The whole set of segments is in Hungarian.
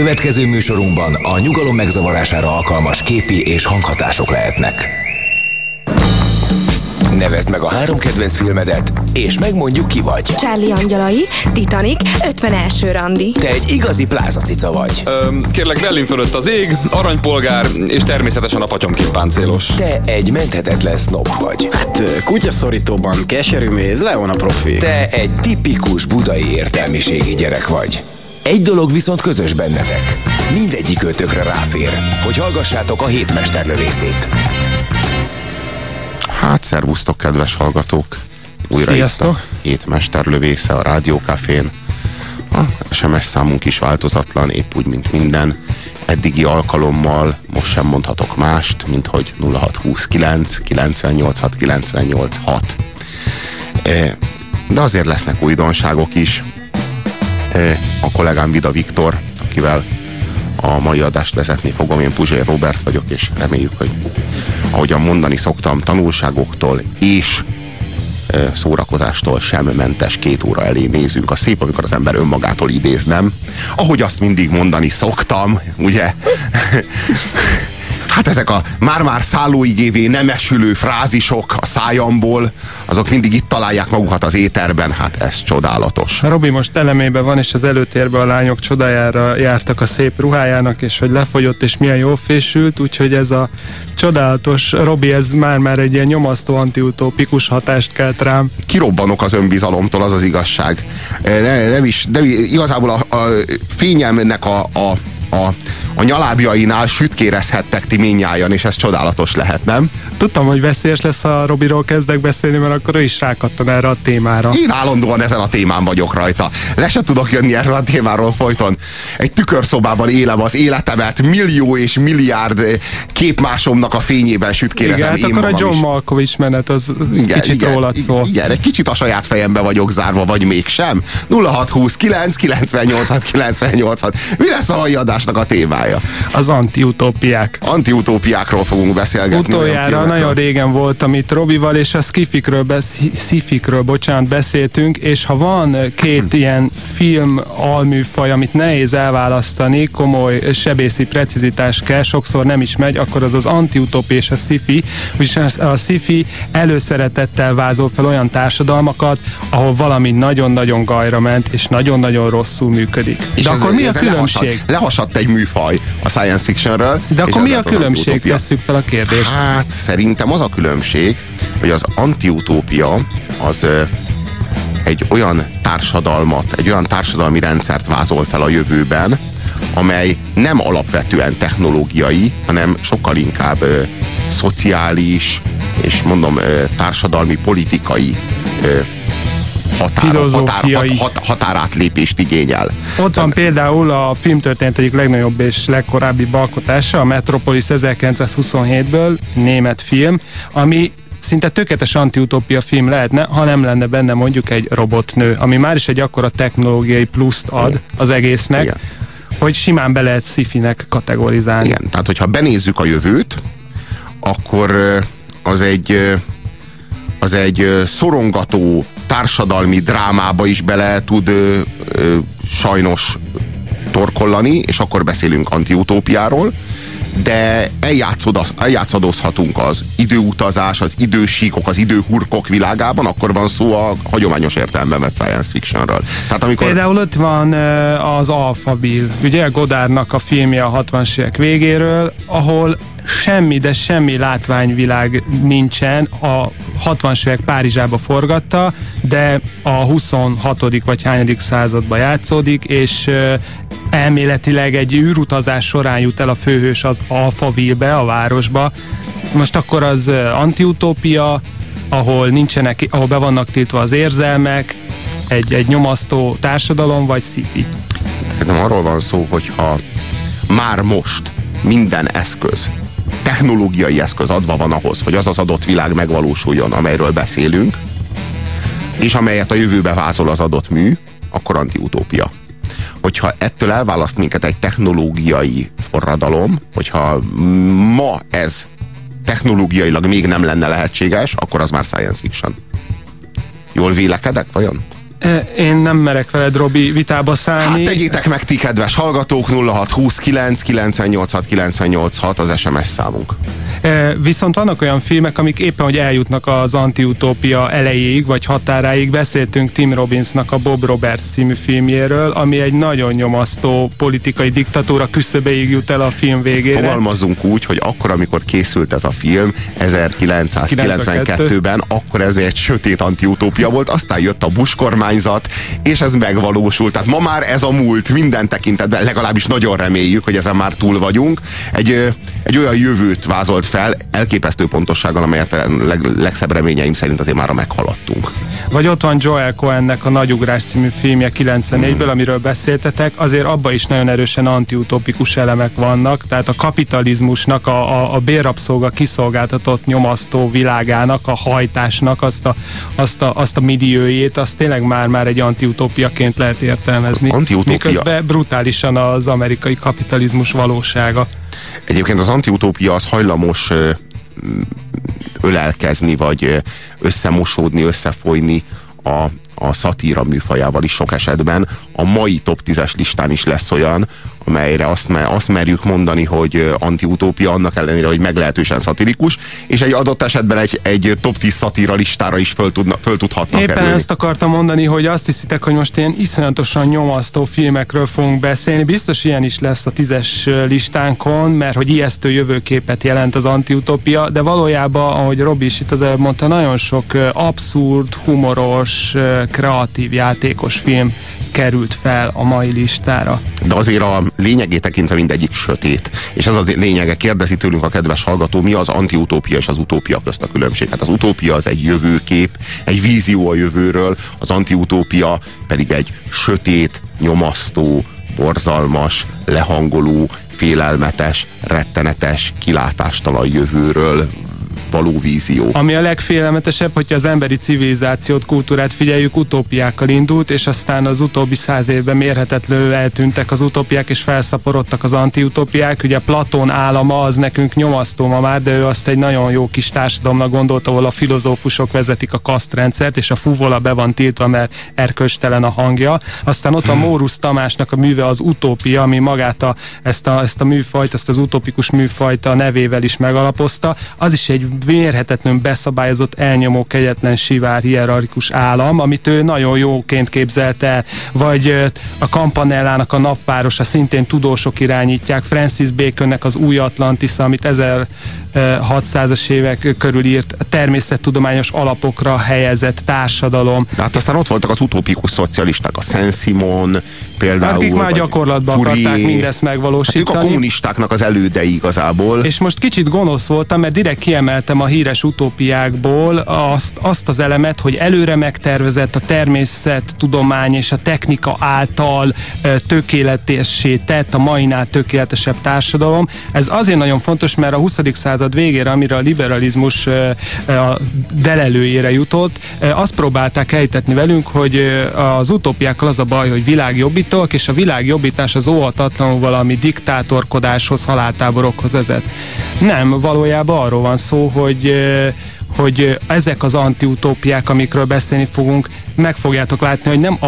Következő műsorunkban a nyugalom megzavarására alkalmas képi és hanghatások lehetnek. Nevezd meg a 3 kedvenc filmedet, és megmondjuk, ki vagy. Charlie angyalai, Titanic, 51. randi. Te egy igazi plázacica vagy. Kérlek, Berlin fölött az ég, aranypolgár, és természetesen a patyomkint-páncélos. Te egy menthetetlen sznob vagy. Hát kutyaszorítóban keserű méz, Leon a profi. Te egy tipikus budai értelmiségi gyerek vagy. Egy dolog viszont közös bennetek. Mindegyik ötökre ráfér, hogy hallgassátok a Hétmesterlövészét. Hát, szervusztok, kedves hallgatók! Újra Sziasztok. itt a Hétmesterlövésze a Rádiókafén. Az SMS számunk is változatlan, épp úgy, mint minden eddigi alkalommal. Most sem mondhatok mást, mint hogy 0629 986 986. De azért lesznek újdonságok is. A kollégám Vida Viktor, akivel a mai adást vezetni fogom, én Puzsér Róbert vagyok, és reméljük, hogy ahogyan mondani szoktam, tanulságoktól és szórakozástól sem mentes 2 óra elé nézünk. A szép, amikor az ember önmagától idéz, nem? Ahogy azt mindig mondani szoktam, ugye? Hát ezek a már-már szállóigévé nem esülő frázisok a szájamból, azok mindig itt találják magukat az éterben, hát ez csodálatos. Robi most elemében van, és az előtérben a lányok csodájára jártak a szép ruhájának, és hogy lefogyott, és milyen jól fésült, úgyhogy ez a csodálatos Robi, ez már egy ilyen nyomasztó antiutópikus hatást kelt rám. Kirobbanok az önbizalomtól, az az igazság. Nem igazából a fényemnek a nyalábjainál sütkérezhettek ti mindnyájan, és ez csodálatos lehet, nem? Tudtam, hogy veszélyes lesz, ha Robiról kezdek beszélni, mert akkor ő is rákattan erre a témára. Én állandóan ezen a témán vagyok rajta. Le se tudok jönni erről a témáról folyton. Egy tükörszobában élem az életemet, millió és milliárd képmásomnak a fényében sütkérezem. Igen, hát akkor a John Malkovich menet az kicsit rólad szól. Igen, egy kicsit a saját fejembe vagyok zárva, vagy mégsem. 0629 986 986. Mi lesz a mai adásnak a témája? Az antiutópiák. Antiutópiákról fogunk beszélgetni. Utoljára nagyon régen voltam itt Robival, és a sci-fikről beszéltünk, és ha van 2 ilyen film alműfaj, amit nehéz elválasztani, komoly sebészi precizitás kell, sokszor nem is megy, akkor az antiutópia és a sci-fi, ugyanis a sci-fi előszeretettel vázol fel olyan társadalmakat, ahol valami nagyon-nagyon gajra ment, és nagyon-nagyon rosszul működik. És de akkor mi a különbség? Lehasadt egy műfaj a science fictionről. De akkor mi a különbség? Tesszük fel a kérdést. Hát szerintem az a különbség, hogy az antiutópia az egy olyan társadalmat, egy olyan társadalmi rendszert vázol fel a jövőben, amely nem alapvetően technológiai, hanem sokkal inkább szociális, és mondom társadalmi, politikai határátlépést igényel. Ott van például a filmtörténet egyik legnagyobb és legkorábbi alkotása, a Metropolis 1927-ből, német film, ami szinte tökéletes antiutópia film lehetne, ha nem lenne benne mondjuk egy robotnő, ami már is egy akkora technológiai pluszt ad az egésznek, igen, hogy simán be lehet sci-finek kategorizálni. Igen, tehát hogyha benézzük a jövőt, akkor az egy szorongató társadalmi drámába is bele tud sajnos torkollani, és akkor beszélünk antiutópiáról, de eljátszadozhatunk az időutazás, az idősíkok, az időhurkok világában, akkor van szó a hagyományos értelemben vett science fictionről. Tehát amikor... Például ott van az Alphaville, ugye Godardnak a filmje a 60-as évek végéről, ahol semmi, de semmi látványvilág nincsen. A 60-as évek Párizsába forgatta, de a 26. vagy hányadik században játszódik, és elméletileg egy űrutazás során jut el a főhős az Alphaville-be, a városba. Most akkor az antiutópia, ahol be vannak tiltva az érzelmek, egy nyomasztó társadalom, vagy sci-fi? Szerintem arról van szó, hogyha már most minden eszköz, technológiai eszköz adva van ahhoz, hogy az az adott világ megvalósuljon, amelyről beszélünk, és amelyet a jövőbe vázol az adott mű, akkor antiutópia. Hogyha ettől elválaszt minket egy technológiai forradalom, hogyha ma ez technológiailag még nem lenne lehetséges, akkor az már science fiction. Jól vélekedek, vajon? Én nem merek veled, Robi, vitába szállni. Hát tegyétek meg ti, kedves hallgatók, 0629 986 986 az SMS számunk. Viszont vannak olyan filmek, amik éppen, hogy eljutnak az antiutópia elejéig, vagy határáig. Beszéltünk Tim Robbinsnak a Bob Roberts című filmjéről, ami egy nagyon nyomasztó politikai diktatúra küszöbeig jut el a film végére. Fogalmazzunk úgy, hogy akkor, amikor készült ez a film 1992-ben, akkor ez egy sötét antiutópia volt, aztán jött a Bush kormányzat, és ez megvalósult. Tehát ma már ez a múlt minden tekintetben, legalábbis nagyon reméljük, hogy ezen már túl vagyunk. Egy olyan jövőt vázolt fel, elképesztő pontossággal, amelyet legszebb reményeim szerint azért már meghaladtunk. Vagy ott van Joel Coennek a Nagy ugrás című filmje 94-ből, amiről beszéltetek, azért abban is nagyon erősen antiutópikus elemek vannak, tehát a kapitalizmusnak, a bérrabszolga kiszolgáltatott nyomasztó világának, a hajtásnak azt a milliójét, azt tényleg már egy antiutópiaként lehet értelmezni. Miközben brutálisan az amerikai kapitalizmus valósága. Egyébként az antiutópia az hajlamos ölelkezni, vagy összemosódni, összefolyni a szatíra műfajával is sok esetben. A mai top 10-es listán is lesz olyan, amelyre azt merjük mondani, hogy antiutópia, annak ellenére, hogy meglehetősen szatirikus, és egy adott esetben egy top 10 szatíra listára is föl tudhatnak Éppen kerülni. ezt akartam mondani, hogy azt hiszitek, hogy most ilyen iszonyatosan nyomasztó filmekről fogunk beszélni. Biztos ilyen is lesz a 10-es listánkon, mert hogy ijesztő jövőképet jelent az antiutópia, de valójában, ahogy Robi is itt az előbb mondta, nagyon sok abszurd, humoros, kreatív, játékos film került fel a mai listára. De azért a lényegét tekintve mindegyik sötét. És ez az lényege, kérdezi tőlünk a kedves hallgató, mi az antiutópia és az utópia közt a különbség. Hát az utópia az egy jövőkép, egy vízió a jövőről, az antiutópia pedig egy sötét, nyomasztó, borzalmas, lehangoló, félelmetes, rettenetes, kilátástalan jövőről való vízió. Ami a legfélelmetesebb, hogyha az emberi civilizációt, kultúrát figyeljük, utópiákkal indult, és aztán az utóbbi 100 évben mérhetetlenül eltűntek az utópiák, és felszaporodtak az antiutópiák. Ugye Platón állama az nekünk nyomasztó ma már, de ő azt egy nagyon jó kis társadalomnak gondolta, ahol a filozófusok vezetik a kasztrendszert, és a fuvola be van tiltva, mert erkölcstelen a hangja. Aztán ott a Mórusz Tamásnak a műve az Utópia, ami magát ezt a műfajt, ezt az utópikus műfajt a nevével is megalapozta. Az is egy mérhetetlenül beszabályozott, elnyomó, kegyetlen, sivár, hierarchikus állam, amit ő nagyon jóként képzelt el. Vagy a Campanellának a Napvárosa, szintén tudósok irányítják, Francis Baconnek az Új Atlantis, amit 1600-as évek körül írt, természettudományos alapokra helyezett társadalom. De hát aztán ott voltak az utópikus szocialisták, a Saint-Simon például. Akik már gyakorlatban akarták mindezt megvalósítani. Hát ők a kommunistáknak az elődei igazából. És most kicsit gonosz voltam, mert direkt kiemeltem a híres utópiákból azt az elemet, hogy előre megtervezett a természettudomány és a technika által tökéletessé tett, a mainál tökéletesebb társadalom. Ez azért nagyon fontos, mert a 20. század végére, amire a liberalizmus delelőjére jutott, azt próbálták elhitetni velünk, hogy az utópiákkal az a baj, hogy világjobbítók, és a világjobbítás az óhatatlanul valami diktátorkodáshoz, haláltáborokhoz vezet. Nem, valójában arról van szó, hogy ezek az antiutópiák, amikről beszélni fogunk, meg fogjátok látni, hogy nem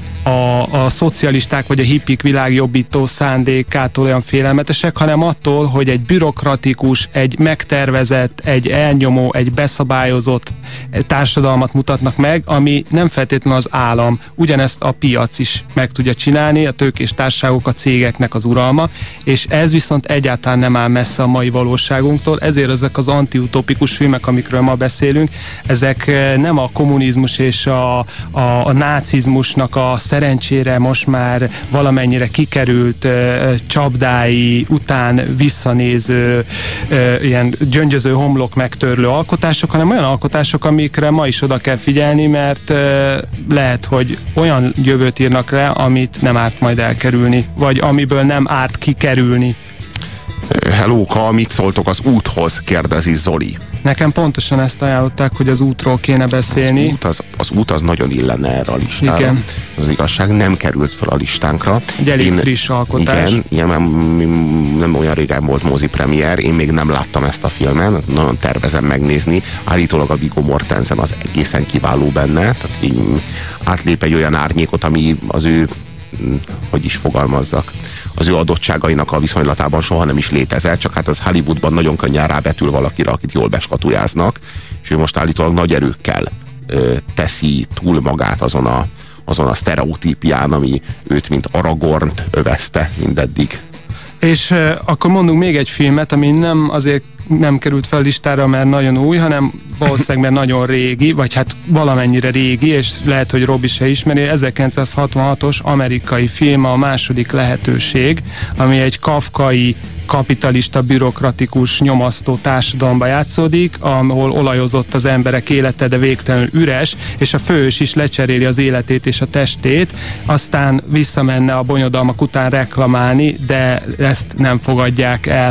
a szocialisták vagy a hippik világjobbító szándékától olyan félelmetesek, hanem attól, hogy egy bürokratikus, egy megtervezett, egy elnyomó, egy beszabályozott társadalmat mutatnak meg, ami nem feltétlenül az állam. Ugyanezt a piac is meg tudja csinálni, a tőkés társaságok, a cégeknek az uralma, és ez viszont egyáltalán nem áll messze a mai valóságunktól, ezért ezek az antiutópikus filmek, amikről ma beszélünk, ezek nem a kommunizmus és a nácizmusnak a szerencsére most már valamennyire kikerült csapdái után visszanéző ilyen gyöngyöző homlok megtörlő alkotások, hanem olyan alkotások, amikre ma is oda kell figyelni, mert lehet, hogy olyan jövőt írnak le, amit nem árt majd elkerülni, vagy amiből nem árt kikerülni. Hellóka, mit szóltok az úthoz, kérdezi Zoli. Nekem pontosan ezt ajánlották, hogy az útról kéne beszélni. Az út az nagyon illene erre a listára. Igen. Az igazság, nem került fel a listánkra. Egy elég friss alkotás. Igen, nem olyan régen volt mozi premier, én még nem láttam ezt a filmet, nagyon tervezem megnézni. Állítólag a Viggo Mortensen az egészen kiváló benne, tehát így átlép egy olyan árnyékot, ami az ő, hogy is fogalmazzak, az ő adottságainak a viszonylatában soha nem is létezett, csak hát az Hollywoodban nagyon könnyen rábetül valakire, akit jól beskatujáznak, és ő most állítólag nagy erőkkel teszi túl magát azon a sztereotípián, ami őt, mint Aragornt övezte mindeddig. És akkor mondunk még egy filmet, ami nem azért nem került fel a listára, mert nagyon új, hanem valószínűleg mert nagyon régi, vagy hát valamennyire régi, és lehet, hogy Robi se ismeri. 1966-os amerikai film, A második lehetőség, ami egy kafkai, kapitalista, bürokratikus, nyomasztó társadalomba játszódik, ahol olajozott az emberek élete, de végtelenül üres, és a főhős is lecseréli az életét és a testét, aztán visszamenne a bonyodalmak után reklamálni, de ezt nem fogadják el.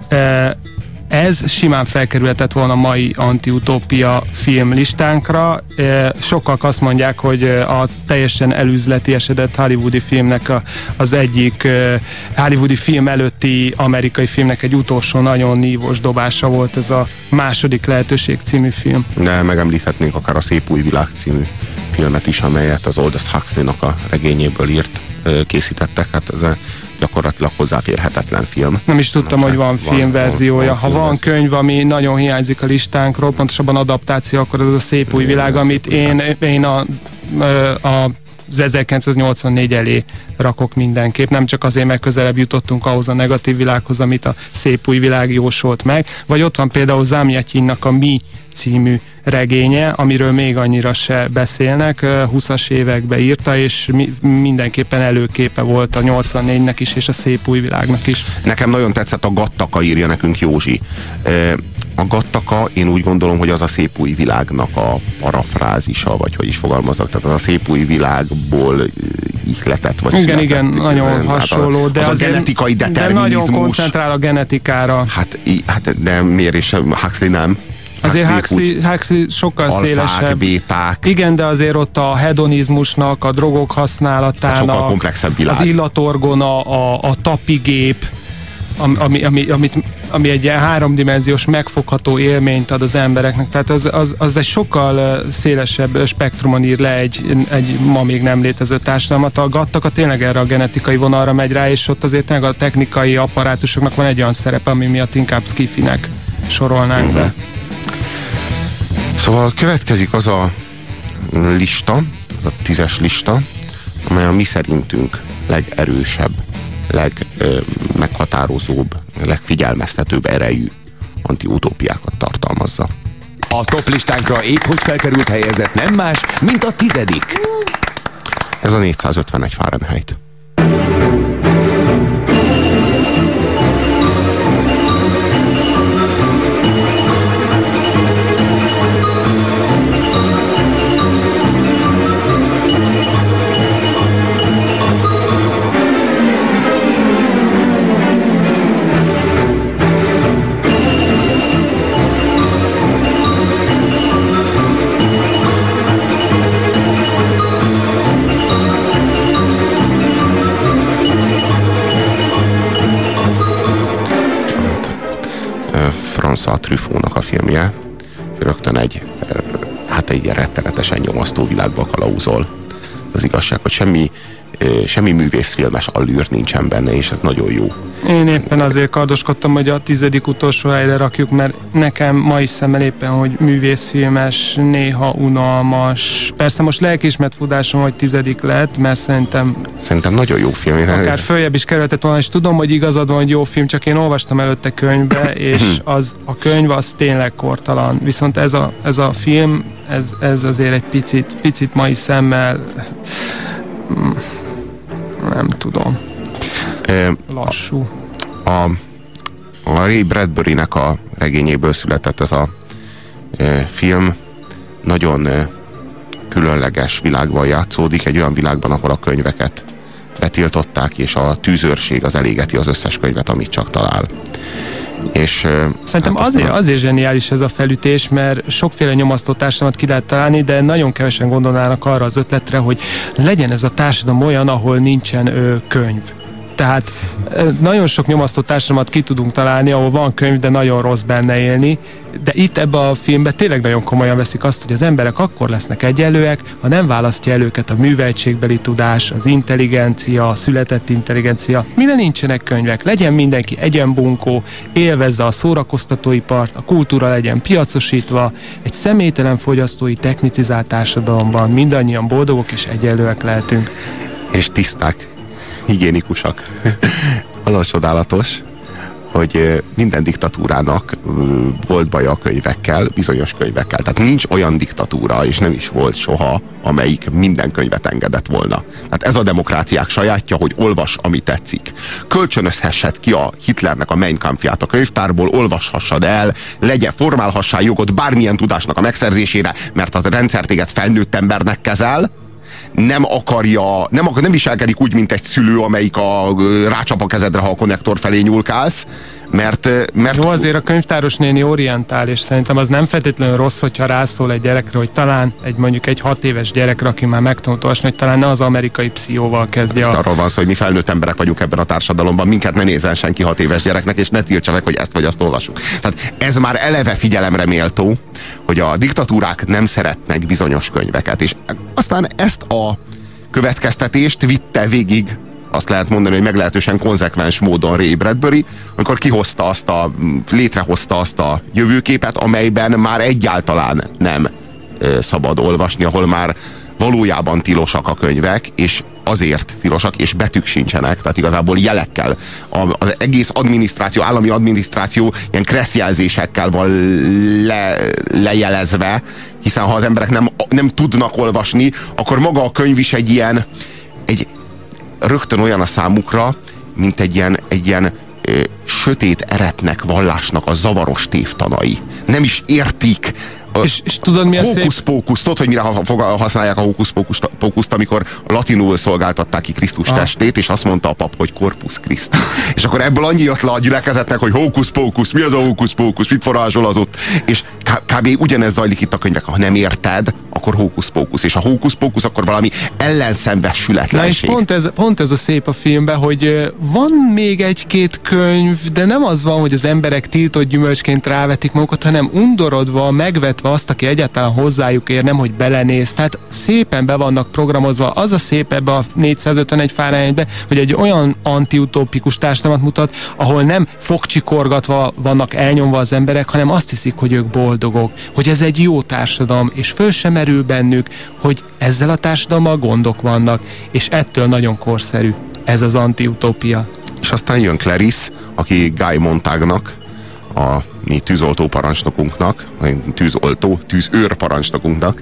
Ez simán felkerülhetett volna a mai antiutópia film listánkra. Sokak azt mondják, hogy a teljesen elüzletiesedett hollywoodi filmnek az egyik hollywoodi film előtti amerikai filmnek egy utolsó nagyon nívós dobása volt ez a Második lehetőség című film. De megemlíthetnénk akár a Szép új világ című filmet is, amelyet az Aldous Huxley-nak a regényéből készítettek. Hát ez gyakorlatilag hozzáférhetetlen film. Nem is tudtam, hogy van filmverziója. Ha van könyv, ami nagyon hiányzik a listánkról, pontosabban adaptáció, akkor az a Szép új világ, amit én az 1984 elé rakok mindenképp. Nem csak azért, mert közelebb jutottunk ahhoz a negatív világhoz, amit a Szép új világ jósolt meg. Vagy ott van például Zamjatyinnak a Mi című regénye, amiről még annyira se beszélnek, 20-as években írta, és mindenképpen előképe volt a 84-nek is, és a Szép új világnak is. Nekem nagyon tetszett a Gattaka, írja nekünk Józsi. A Gattaka, én úgy gondolom, hogy az a Szép új világnak a parafrázisa, vagy hogy is fogalmazok, tehát az a Szép új világból ihletett, vagy igen, született. Igen, nagyon hasonló, de az a genetikai determinizmus. De nagyon koncentrál a genetikára. Hát de miért is Huxley nem? Azért Huxley sokkal alfák, szélesebb. béták. Igen, de azért ott a hedonizmusnak, a drogok használatának, komplexebb világ. Az illatorgon, a tapigép, ami egy ilyen háromdimenziós megfogható élményt ad az embereknek. Tehát az egy sokkal szélesebb spektrumon ír le egy ma még nem létező társadalmat. A Gattaka tényleg erre a genetikai vonalra megy rá, és ott azért tényleg a technikai apparátusoknak van egy olyan szerepe, ami miatt inkább skifinek sorolnánk be. Szóval következik az a lista, az a 10-es lista, amely a mi szerintünk legerősebb, legmeghatározóbb, legfigyelmeztetőbb erejű antiutópiákat tartalmazza. A top listánkra épp hogy felkerült helyezett nem más, mint a 10. Ez a 451 Fahrenheit. François Truffautnak a filmje, rögtön egy rettenetesen nyomasztó világba kalauzol. Az igazság, hogy semmi művészfilmes allűr nincsen benne, és ez nagyon jó. Én éppen azért kardoskodtam, hogy a 10. utolsó helyre rakjuk, mert nekem ma is szemmel éppen, hogy művészfilmes, néha unalmas. Persze most lelkiismert fudásom, hogy 10. lett, mert szerintem nagyon jó film. Akár följebb is kerülhetett volna, és tudom, hogy igazad van, hogy jó film, csak én olvastam előtte könyvbe, és a könyv az tényleg kortalan. Viszont ez a film, ez azért egy picit mai szemmel nem tudom. Lassú. A Ray Bradbury-nek a regényéből született ez a film. Nagyon különleges világban játszódik, egy olyan világban, ahol a könyveket betiltották, és a tűzőrség az elégeti az összes könyvet, amit csak talál. És szerintem azért zseniális ez a felütés, mert sokféle nyomasztó társadalmat ki lehet találni, de nagyon kevesen gondolnának arra az ötletre, hogy legyen ez a társadalom olyan, ahol nincsen könyv. Tehát nagyon sok nyomasztó társadalmat ki tudunk találni, ahol van könyv, de nagyon rossz benne élni, de itt ebbe a filmben tényleg nagyon komolyan veszik azt, hogy az emberek akkor lesznek egyenlőek, ha nem választja el őket a műveltségbeli tudás, az intelligencia, a született intelligencia, mivel nincsenek könyvek, legyen mindenki egyenbunkó, élvezze a szórakoztatóipart, a kultúra legyen piacosítva, egy személytelen fogyasztói technicizált társadalomban mindannyian boldogok és egyenlőek lehetünk. És tiszták, higiénikusak. Az a csodálatos, hogy minden diktatúrának volt baja a könyvekkel, bizonyos könyvekkel. Tehát nincs olyan diktatúra, és nem is volt soha, amelyik minden könyvet engedett volna. Tehát ez a demokráciák sajátja, hogy olvas, ami tetszik. Kölcsönözhessed ki a Hitlernek a Mein Kampfját a könyvtárból, olvashassad el, formálhassál jogot bármilyen tudásnak a megszerzésére, mert a rendszer téged felnőtt embernek kezel, nem viselkedik úgy, mint egy szülő, amelyik rácsap a kezedre, ha a konnektor felé nyúlkálsz, mert... Jó, azért a könyvtáros néni orientál, és szerintem az nem feltétlenül rossz, hogyha rászól egy gyerekre, hogy talán mondjuk egy 6 éves gyerekre, aki már megtanult olvasni, hogy talán ne az amerikai pszichóval kezdje. Arról van szó, hogy mi felnőtt emberek vagyunk ebben a társadalomban, minket ne nézzen senki 6 éves gyereknek, és ne tiltsa meg, hogy ezt vagy azt olvasunk. Tehát ez már eleve figyelemre méltó, hogy a diktatúrák nem szeretnek bizonyos könyveket, és aztán ezt a következtetést vitte végig, azt lehet mondani, hogy meglehetősen konzekvens módon Ray Bradbury, amikor létrehozta azt a jövőképet, amelyben már egyáltalán nem szabad olvasni, ahol már valójában tilosak a könyvek, és azért tilosak, és betűk sincsenek, tehát igazából jelekkel. Az egész adminisztráció, állami adminisztráció ilyen kresszjelzésekkel van lejelezve, hiszen ha az emberek nem tudnak olvasni, akkor maga a könyv is egy rögtön olyan a számukra, mint egy ilyen sötét eretnek, vallásnak a zavaros tévtanai. Nem is értik. És tudod, mi a szép? Hókusz-pókusz. Tudod, hogy mire használják a hókusz-pókuszt, amikor latinul szolgáltatták ki Krisztus testét, és azt mondta a pap, hogy Corpus Christi. És akkor ebből annyi jött le a gyülekezetnek, hogy hókusz-pókusz, mi az a hókusz-pókusz, mit forrázsol az ott? És kb. Ugyanez zajlik itt a könyvek. Ha nem érted, akkor hókusz-pókusz. És a hókusz-pókusz akkor valami ellenszenvesületlenség. Na és pont ez a szép a filmben, hogy van még egy-két könyv, de nem az van, hogy az emberek tiltott gyümölcsként rávetik magukat, hanem undorodva, megvetve azt, aki egyáltalán hozzájuk ér, nem hogy belenéz. Tehát szépen be vannak programozva. Az a szép ebbe a 451 Fahrenheitbe, hogy egy olyan antiutópikus társadalmat mutat, ahol nem fogcsikorgatva vannak elnyomva az emberek, hanem azt hiszik, hogy ők boldogok, hogy ez egy jó társadalom, és föl sem merül bennük, hogy ezzel a társadalommal gondok vannak, és ettől nagyon korszerű ez az antiutópia. És aztán jön Clarice, aki Guy Montagnak, a mi tűzoltó parancsnokunknak, tűzőr parancsnokunknak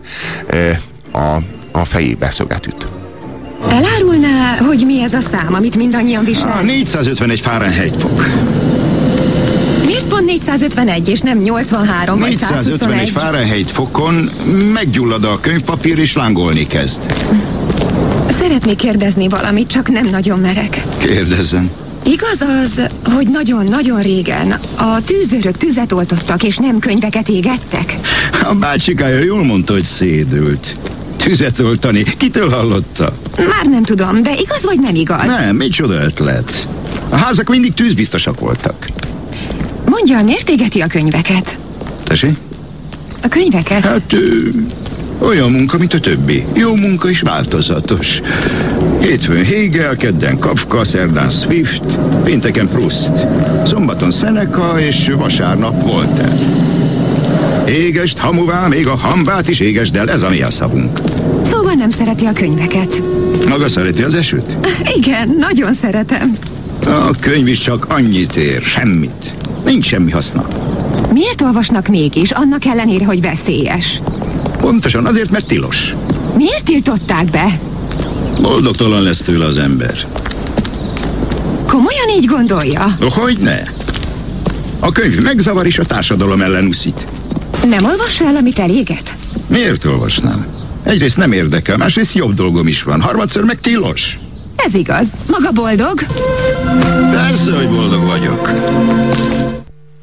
a fejébe szöget üt. Elárulná, hogy mi ez a szám, amit mindannyian visel? 451 Fahrenheit fok. Miért pont 451 és nem 83 vagy 121? 451 Fahrenheit fokon meggyullad a könyvpapír és lángolni kezd. Szeretnék kérdezni valamit, csak nem nagyon merek. Kérdezzen. Igaz az, hogy nagyon-nagyon régen a tűzőrök tüzet oltottak, és nem könyveket égettek? A bácsikája jól mondta, hogy szédült. Tüzet oltani? Kitől hallotta? Már nem tudom, de igaz vagy nem igaz? Nem, micsoda ötlet. A házak mindig tűzbiztosak voltak. Mondja, miért égeti a könyveket? Tessék? A könyveket? Hát olyan munka, mint a többi. Jó munka és változatos. Hétfőn Hegel, kedden Kafka, szerdán Swift, pénteken Proust, szombaton Seneca és vasárnap Voltaire. Égesd hamuvá, még a hambát is égesd el, ez a mi a szavunk. Szóval nem szereti a könyveket. Maga szereti az esőt? Igen, nagyon szeretem. A könyv is csak annyit ér, semmit. Nincs semmi haszna. Miért olvasnak mégis, annak ellenére, hogy veszélyes? Pontosan azért, mert tilos. Miért tiltották be? Boldogtalan lesz tőle az ember. Komolyan így gondolja? Hogyne? A könyv megzavar és a társadalom ellen uszít. Nem olvassa el, amit eléget? Miért olvasnám? Egyrészt nem érdekel, másrészt jobb dolgom is van, harmadszor meg tilos. Ez igaz. Maga boldog? Persze, hogy boldog vagyok.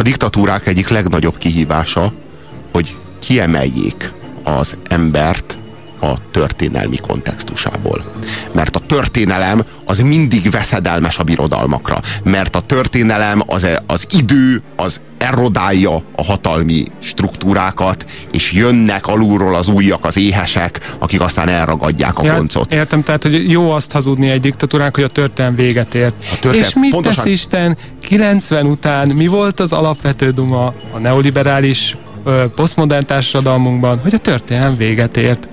A diktatúrák egyik legnagyobb kihívása, hogy kiemeljék az embert a történelmi kontextusából. Mert a történelem az mindig veszedelmes a birodalmakra. Mert a történelem az idő, az erodálja a hatalmi struktúrákat, és jönnek alulról az újak, az éhesek, akik aztán elragadják a koncot. Értem, tehát, hogy jó azt hazudni egy diktatúrának, hogy a történelem véget ért. És mit tesz Isten 90 után? Mi volt az alapvető duma a neoliberális posztmodern társadalmunkban, hogy a történelem véget ért?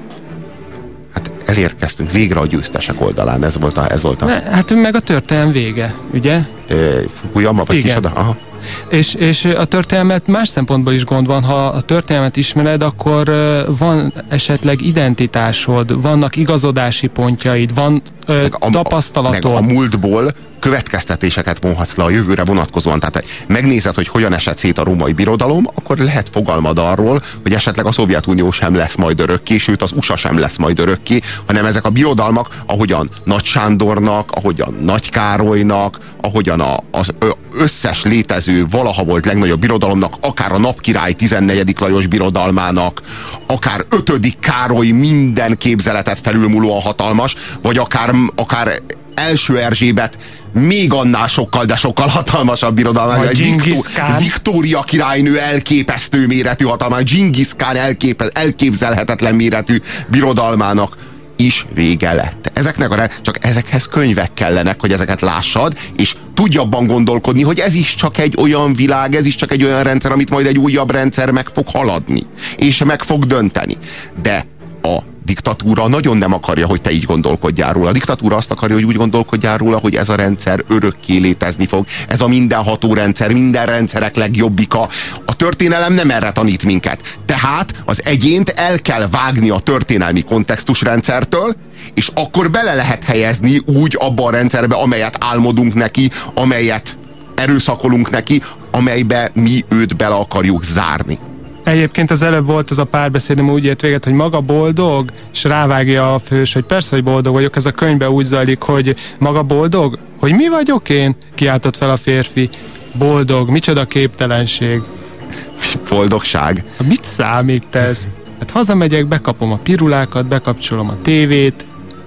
Hát elérkeztünk végre a győztesek oldalán, ez volt a... Hát meg a történelem vége, ugye? Fukuyama, vagy kicsoda? Aha. És a történelmet más szempontból is gond van. Ha a történelmet ismered, akkor van esetleg identitásod, vannak igazodási pontjaid, van tapasztalatod. Meg a múltból következtetéseket vonhatsz le a jövőre vonatkozóan. Tehát megnézed, hogy hogyan esett szét a római birodalom, akkor lehet fogalmad arról, hogy esetleg a Szovjetunió sem lesz majd örökké, sőt az USA sem lesz majd örökké, hanem ezek a birodalmak, ahogyan Nagy Sándornak, ahogyan Nagy Károlynak, ahogyan az összes létező valaha volt legnagyobb birodalomnak, akár a Napkirály 14. Lajos birodalmának, akár 5. Károly minden képzeletet felülmúlóan hatalmas, vagy akár első Erzsébet még annál sokkal, de sokkal hatalmasabb birodalmának. Viktória királynő elképesztő méretű hatalmának, Dzsingisz Kán elképzelhetetlen méretű birodalmának is vége lett. Csak ezekhez könyvek kellenek, hogy ezeket lássad, és tudj abban gondolkodni, hogy ez is csak egy olyan világ, ez is csak egy olyan rendszer, amit majd egy újabb rendszer meg fog haladni, és meg fog dönteni. De a diktatúra nagyon nem akarja, hogy te így gondolkodjál róla. A diktatúra azt akarja, hogy úgy gondolkodjál róla, hogy ez a rendszer örökké létezni fog. Ez a mindenható rendszer, minden rendszerek legjobbika. A történelem nem erre tanít minket. Tehát az egyént el kell vágni a történelmi kontextusrendszertől, és akkor bele lehet helyezni úgy abba a rendszerbe, amelyet álmodunk neki, amelyet erőszakolunk neki, amelybe mi őt bele akarjuk zárni. Egyébként az előbb volt az a párbeszédem, úgy ért véget, hogy maga boldog, és rávágja a fős, hogy persze, hogy boldog vagyok. Ez a könyvben úgy zajlik, hogy maga boldog? Hogy mi vagyok én? Kiáltott fel a férfi. Boldog, micsoda képtelenség. Boldogság. Mit számít ez? Hát hazamegyek, bekapom a pirulákat, bekapcsolom a tévét,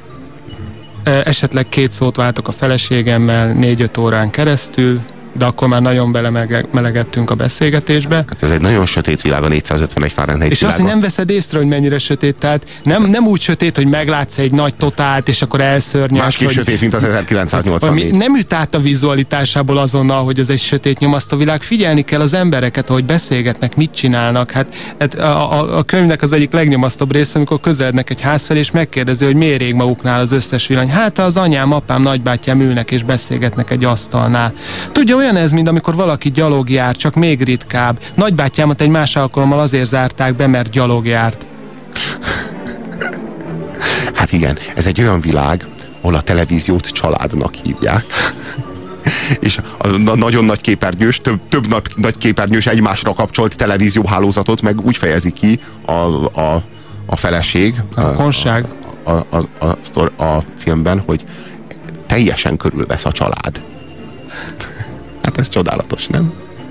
esetleg 2 szót váltok a feleségemmel 4-5 órán keresztül, de akkor már nagyon belemelegettünk a beszélgetésbe. Hát ez egy nagyon sötét világ, a 451 Fahrenheit és azt, hogy nem veszed észre, hogy mennyire sötét, tehát nem úgy sötét, hogy meglátsz egy nagy totált, és akkor elszörnyedsz. Másképp sötét, mint az 1984. Nem üt át a vizualitásából azonnal, hogy ez egy sötét nyomaszt a világ. Figyelni kell az embereket, ahogy beszélgetnek, mit csinálnak. Hát a könyvnek az egyik legnyomasztóbb része, amikor közelednek egy ház felé, és megkérdezi, hogy miért ég maguknál az összes villany. Hát az anyám, apám, nagybátyám ülnek és beszélgetnek egy asztalnál. Tudja, olyan ez, mint amikor valaki gyalog jár, csak még ritkább. Nagybátyámat egy más alkalommal azért zárták be, mert gyalog járt. Hát igen, ez egy olyan világ, ahol a televíziót családnak hívják. És a nagyon nagy képernyős, több nagy képernyős egymásra kapcsolt televízióhálózatot meg úgy fejezi ki a feleség. A filmben, hogy teljesen körülvesz a család. Hát ez csodálatos, nem?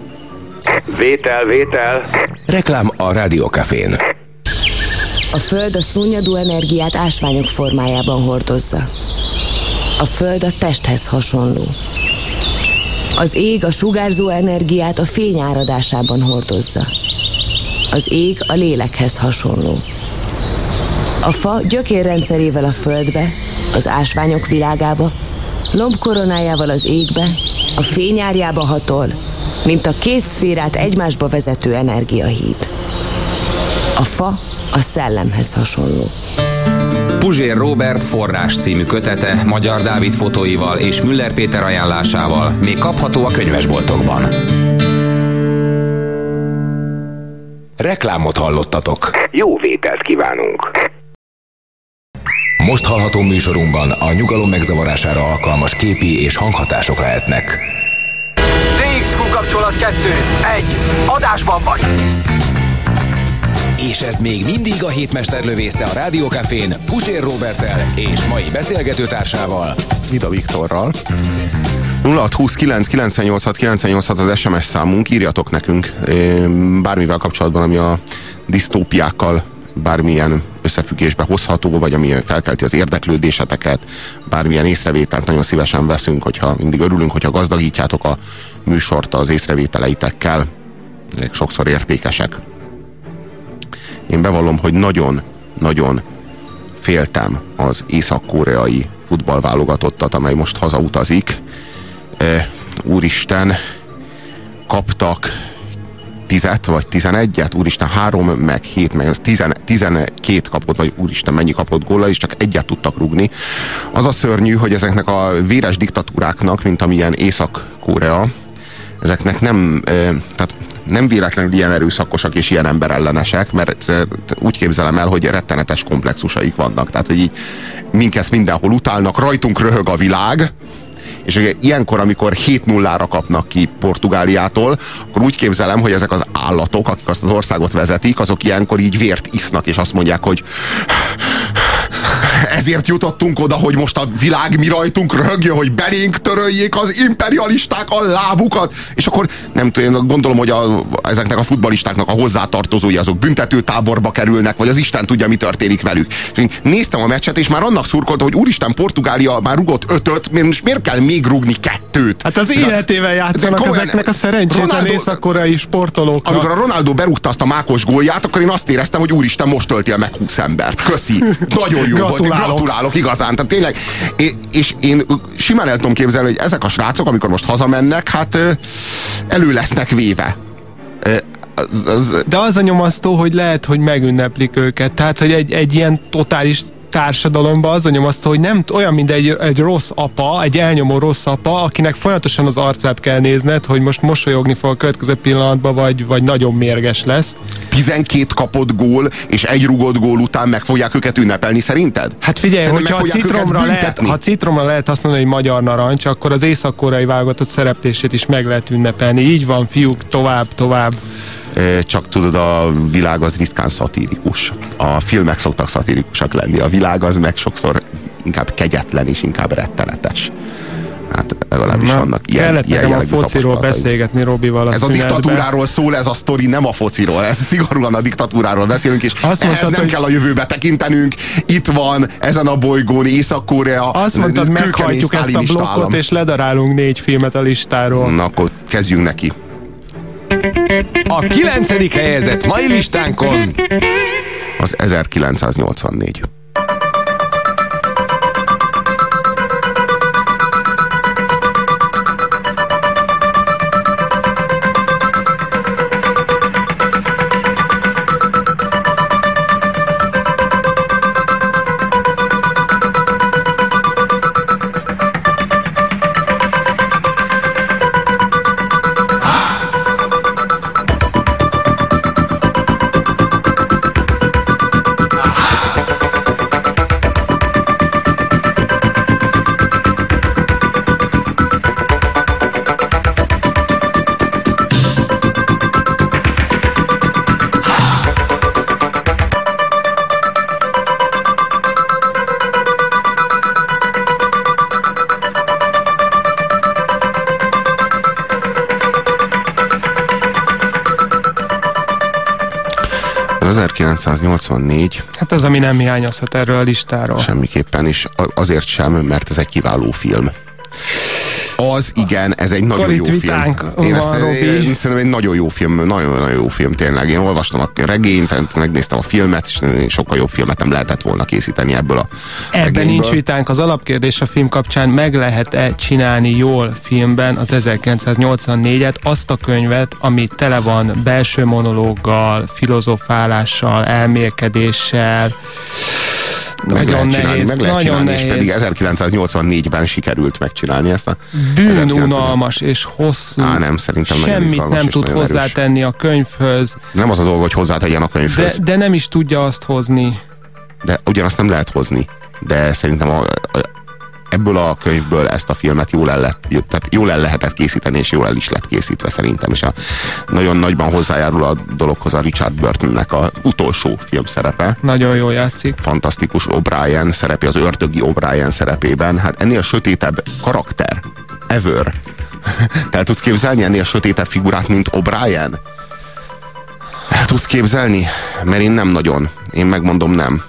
Vétel. Reklám a Rádiókafén. A Föld a szunnyadó energiát ásványok formájában hordozza. A Föld a testhez hasonló. Az ég a sugárzó energiát a fény áradásában hordozza. Az ég a lélekhez hasonló. A fa gyökérrendszerével a földbe, az ásványok világába, lombkoronájával az égbe, a fényárjába hatol, mint a 2 szférát egymásba vezető energiahíd. A fa a szellemhez hasonló. Puzsér Róbert Forrás című kötete Magyar Dávid fotóival és Müller Péter ajánlásával még kapható a könyvesboltokban. Reklámot hallottatok. Jó vételt kívánunk! Most hallható műsorunkban a nyugalom megzavarására alkalmas képi és hanghatások lehetnek. TXQ kapcsolat 2. 1. Adásban vagy! És ez még mindig a hétmesterlövésze a Rádiókafén Puzsér Róberttel és mai beszélgetőtársával, Vida Viktorral. 0629986986 az SMS számunk, írjatok nekünk bármivel kapcsolatban, ami a disztópiákkal bármilyen összefüggésbe hozható, vagy ami felkelti az érdeklődéseteket, bármilyen észrevételt nagyon szívesen veszünk, hogyha mindig örülünk, hogyha gazdagítjátok a műsort az észrevételeitekkel. Sokszor értékesek. Én bevallom, hogy nagyon féltem az észak-koreai futballválogatottat, amely most hazautazik. Úristen, kaptak 10 vagy 11-et, úristen 3, meg 7, meg 12 kapott, vagy úristen mennyi kapott góllal, és csak egyet tudtak rúgni. Az a szörnyű, hogy ezeknek a véres diktatúráknak, mint amilyen Észak-Korea, ezeknek tehát nem véletlenül ilyen erőszakosak és ilyen emberellenesek, mert úgy képzelem el, hogy rettenetes komplexusaik vannak. Tehát, hogy így minket mindenhol utálnak, rajtunk röhög a világ, és ilyenkor, amikor 7-0-ra kapnak ki Portugáliától, akkor úgy képzelem, hogy ezek az állatok, akik azt az országot vezetik, azok ilyenkor így vért isznak, és azt mondják, hogy ezért jutottunk oda, hogy most a világ mi rajtunk röhögjön, hogy belénk töröljék az imperialisták a lábukat. És akkor nem tudom, gondolom, hogy ezeknek a futballistáknak a hozzátartozói azok büntetőtáborba kerülnek, vagy az Isten tudja, mi történik velük. És én néztem a meccset, és már annak szurkoltam, hogy úristen, Portugália már rugott 5-öt, miért kell még rugni 2-t? Hát az életével játszanak ezeknek a szerencsétlen észak-koreai sportolóknak. Amikor a Ronaldo berúgta azt a mákos gólját, akkor én azt éreztem, hogy úristen, most töltél meg 20 embert. Köszi. Nagyon jó volt. Gratulálok igazán. Tehát tényleg, és én simán el tudom képzelni, hogy ezek a srácok, amikor most hazamennek, hát elő lesznek véve. De az a nyomasztó, hogy lehet, hogy megünneplik őket. Tehát, hogy egy ilyen totális társadalomban az a nyomasztó, hogy nem olyan, mint egy rossz apa, egy elnyomó rossz apa, akinek folyamatosan az arcát kell nézned, hogy most mosolyogni fog a következő pillanatban, vagy nagyon mérges lesz. 12 kapott gól, és egy rugott gól után meg fogják őket ünnepelni, szerinted? Hát figyelj, hogyha a citromra lehet azt mondani, hogy magyar narancs, akkor az észak-koreai válogatott szereplését is meg lehet ünnepelni. Így van, fiúk, tovább. Csak tudod, a világ az ritkán szatirikus. A filmek szoktak szatirikusak lenni. A világ az meg sokszor inkább kegyetlen és inkább rettenetes. Hát legalábbis vannak ilyen nekem a fociról beszélgetni Robival ez a diktatúráról szól, ez a sztori, nem a fociról. Ez szigorúan a diktatúráról beszélünk, és ehhez nem kell a jövőbe tekintenünk. Itt van, ezen a bolygón Észak-Korea. Azt mondtad, meghajtjuk ezt a blokkot, és ledarálunk 4 filmet a listáról. Na, akkor kezdjünk neki. A 9. helyezett mai listánkon az 1984. Az 1984. Hát az, ami nem hiányozhat erről a listáról. Semmiképpen, és azért sem, mert ez egy kiváló film. Az igen, ez egy nagyon jó film. Én szerintem egy nagyon jó film, nagyon jó film tényleg. Én olvastam a regényt, megnéztem a filmet, és sokkal jobb filmet nem lehetett volna készíteni ebből a regényből. Ebben nincs vitánk. Az alapkérdés a film kapcsán, meg lehet-e csinálni jól filmben az 1984-et, azt a könyvet, ami tele van belső monológgal, filozofálással, elmélkedéssel. Nagyon nehéz, meg lehet csinálni, és pedig 1984-ben sikerült megcsinálni ezt a... Bűnunalmas és hosszú. Nem, szerintem semmit nem tud hozzátenni a könyvhöz. Nem az a dolog, hogy hozzátegyen a könyvhöz. De nem is tudja azt hozni. De ugyanazt nem lehet hozni. De szerintem ebből a könyvből ezt a filmet jól el lehetett készíteni, és jól el is lett készítve szerintem. És nagyon nagyban hozzájárul a dologhoz a Richard Burtonnek az utolsó film szerepe. Nagyon jól játszik. Fantasztikus O'Brien szerepe, az ördögi O'Brien szerepében. Hát ennél sötétebb karakter ever. Te tudsz képzelni ennél sötétebb figurát, mint O'Brien? El tudsz képzelni? Mert én nem nagyon. Én megmondom, nem.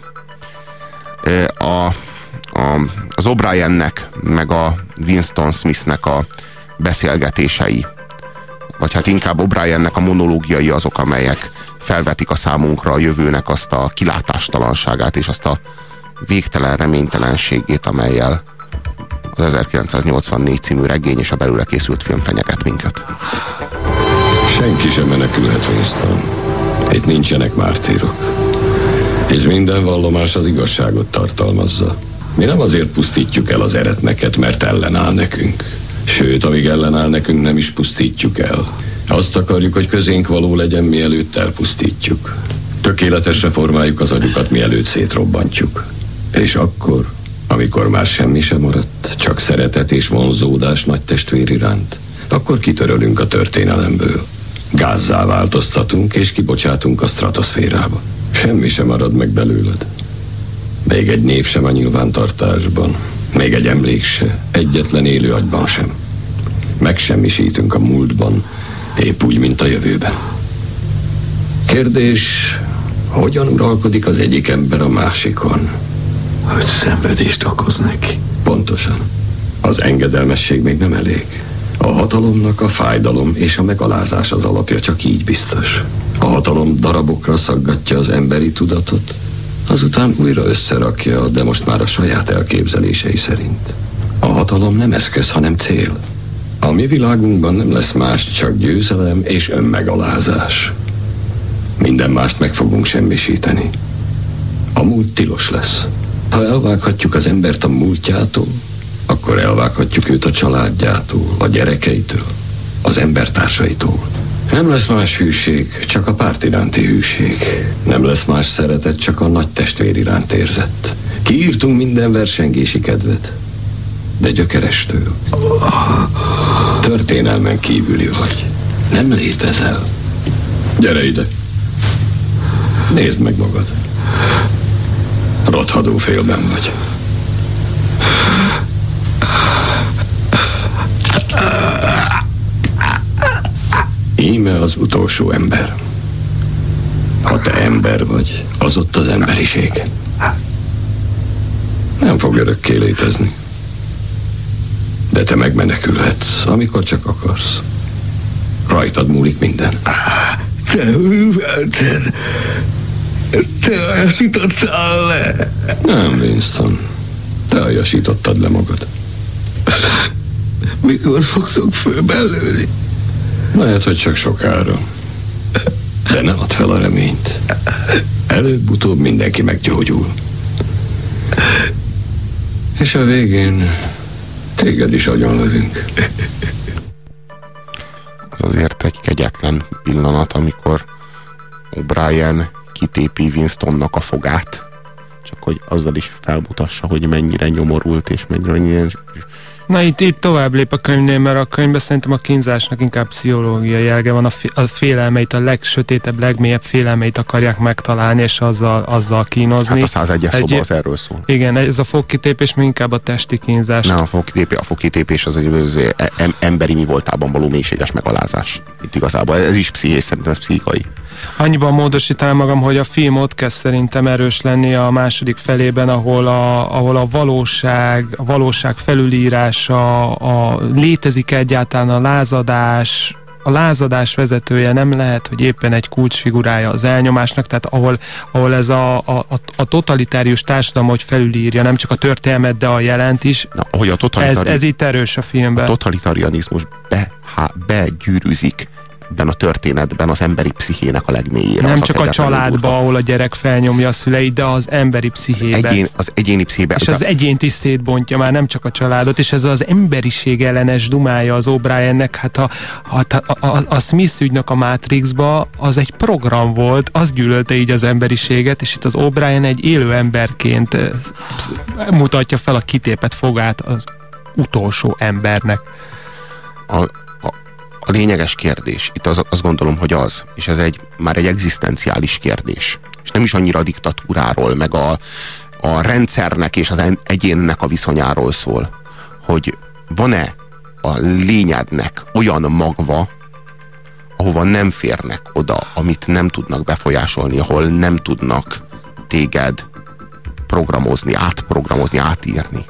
Az O'Briennek, meg a Winston Smithnek a beszélgetései, vagy hát inkább O'Briennek a monológiai azok, amelyek felvetik a számunkra a jövőnek azt a kilátástalanságát és azt a végtelen reménytelenségét, amellyel az 1984 című regény és a belőle készült film fenyeget minket. Senki sem menekülhet, Winston. Itt nincsenek mártírok. És minden vallomás az igazságot tartalmazza. Mi nem azért pusztítjuk el az eretneket, mert ellenáll nekünk. Sőt, amíg ellenáll nekünk, nem is pusztítjuk el. Azt akarjuk, hogy közénk való legyen, mielőtt elpusztítjuk. Tökéletesre formáljuk az agyukat, mielőtt szétrobbantjuk. És akkor, amikor már semmi sem maradt, csak szeretet és vonzódás nagy testvér iránt, akkor kitörölünk a történelemből. Gázzá változtatunk, és kibocsátunk a stratoszférába. Semmi sem marad meg belőled. Még egy név sem a nyilvántartásban. Még egy emlék se, egyetlen élő agyban sem. Megsemmisítünk a múltban, épp úgy, mint a jövőben. Kérdés, hogyan uralkodik az egyik ember a másikon? Hogy szenvedést okoz neki. Pontosan. Az engedelmesség még nem elég. A hatalomnak a fájdalom és a megalázás az alapja, csak így biztos. A hatalom darabokra szaggatja az emberi tudatot, azután újra összerakja, de most már a saját elképzelései szerint. A hatalom nem eszköz, hanem cél. A mi világunkban nem lesz más, csak győzelem és önmegalázás. Minden mást meg fogunk semmisíteni. A múlt tilos lesz. Ha elvághatjuk az embert a múltjától, akkor elvághatjuk őt a családjától, a gyerekeitől, az embertársaitól. Nem lesz más hűség, csak a párt iránti hűség. Nem lesz más szeretet, csak a nagy testvér iránt érzett. Kiírtunk minden versengési kedvet, de gyökerestől. Történelmen kívüli vagy. Nem létezel. Gyere ide. Nézd meg magad. Rothadó félben vagy. Íme az utolsó ember. Ha te ember vagy, az ott az emberiség. Nem fog örökké létezni. De te megmenekülhetsz, amikor csak akarsz. Rajtad múlik minden. Te művelted. Te ajasítottál le. Nem, Winston. Te ajasítottad le magad. Mikor fogszok fölbelőni? Lehet, hogy csak sokára. De ne add fel a reményt. Előbb-utóbb mindenki meggyógyul. És a végén téged is agyonlövünk. Az azért egy kegyetlen pillanat, amikor O'Brien kitépi Winstonnak a fogát, csak hogy azzal is felmutassa, hogy mennyire nyomorult, és mennyire... Na itt tovább lép a könyvnél, mert a könyvben szerintem a kínzásnak inkább pszichológiai jelge van, a félelmeit, a legsötétebb, legmélyebb félelmeit akarják megtalálni, és azzal kínozni. Hát a 101-es szoba az erről szól. Igen, ez a fogkitépés még inkább a testi kínzás. Nem, a fogkitépés az egy emberi mi voltában való mélységes megalázás. Itt igazából ez is pszichés, szerintem ez pszichikai. Annyiban módosítanám magam, hogy a film ott kezd szerintem erős lenni a második felében, ahol a valóság felülírása, létezik egyáltalán a lázadás vezetője nem lehet, hogy éppen egy kulcsfigurája az elnyomásnak, tehát ahol ez a totalitárius társadalom, hogy felülírja nem csak a történelmet, de a jelent is. Na, ahogy ez itt erős a filmben. A totalitarianizmus begyűrűzik ebben a történetben az emberi pszichének a legmélyére. Nem csak a családba, ahol a gyerek felnyomja a szüleit, de az emberi pszichébe. Az egyéni pszichébe. És az egyént is szétbontja már, nem csak a családot, és ez az emberiség ellenes dumája az O'Briennek, hát a Smith ügynek a Matrixba az egy program volt, az gyűlölte így az emberiséget, és itt az O'Brien egy élő emberként mutatja fel a kitépett fogát az utolsó embernek. A lényeges kérdés, itt azt gondolom, hogy az, és ez már egy egzisztenciális kérdés, és nem is annyira a diktatúráról, meg a rendszernek és az egyénnek a viszonyáról szól, hogy van-e a lényednek olyan magva, ahova nem férnek oda, amit nem tudnak befolyásolni, ahol nem tudnak téged programozni, átprogramozni, átírni.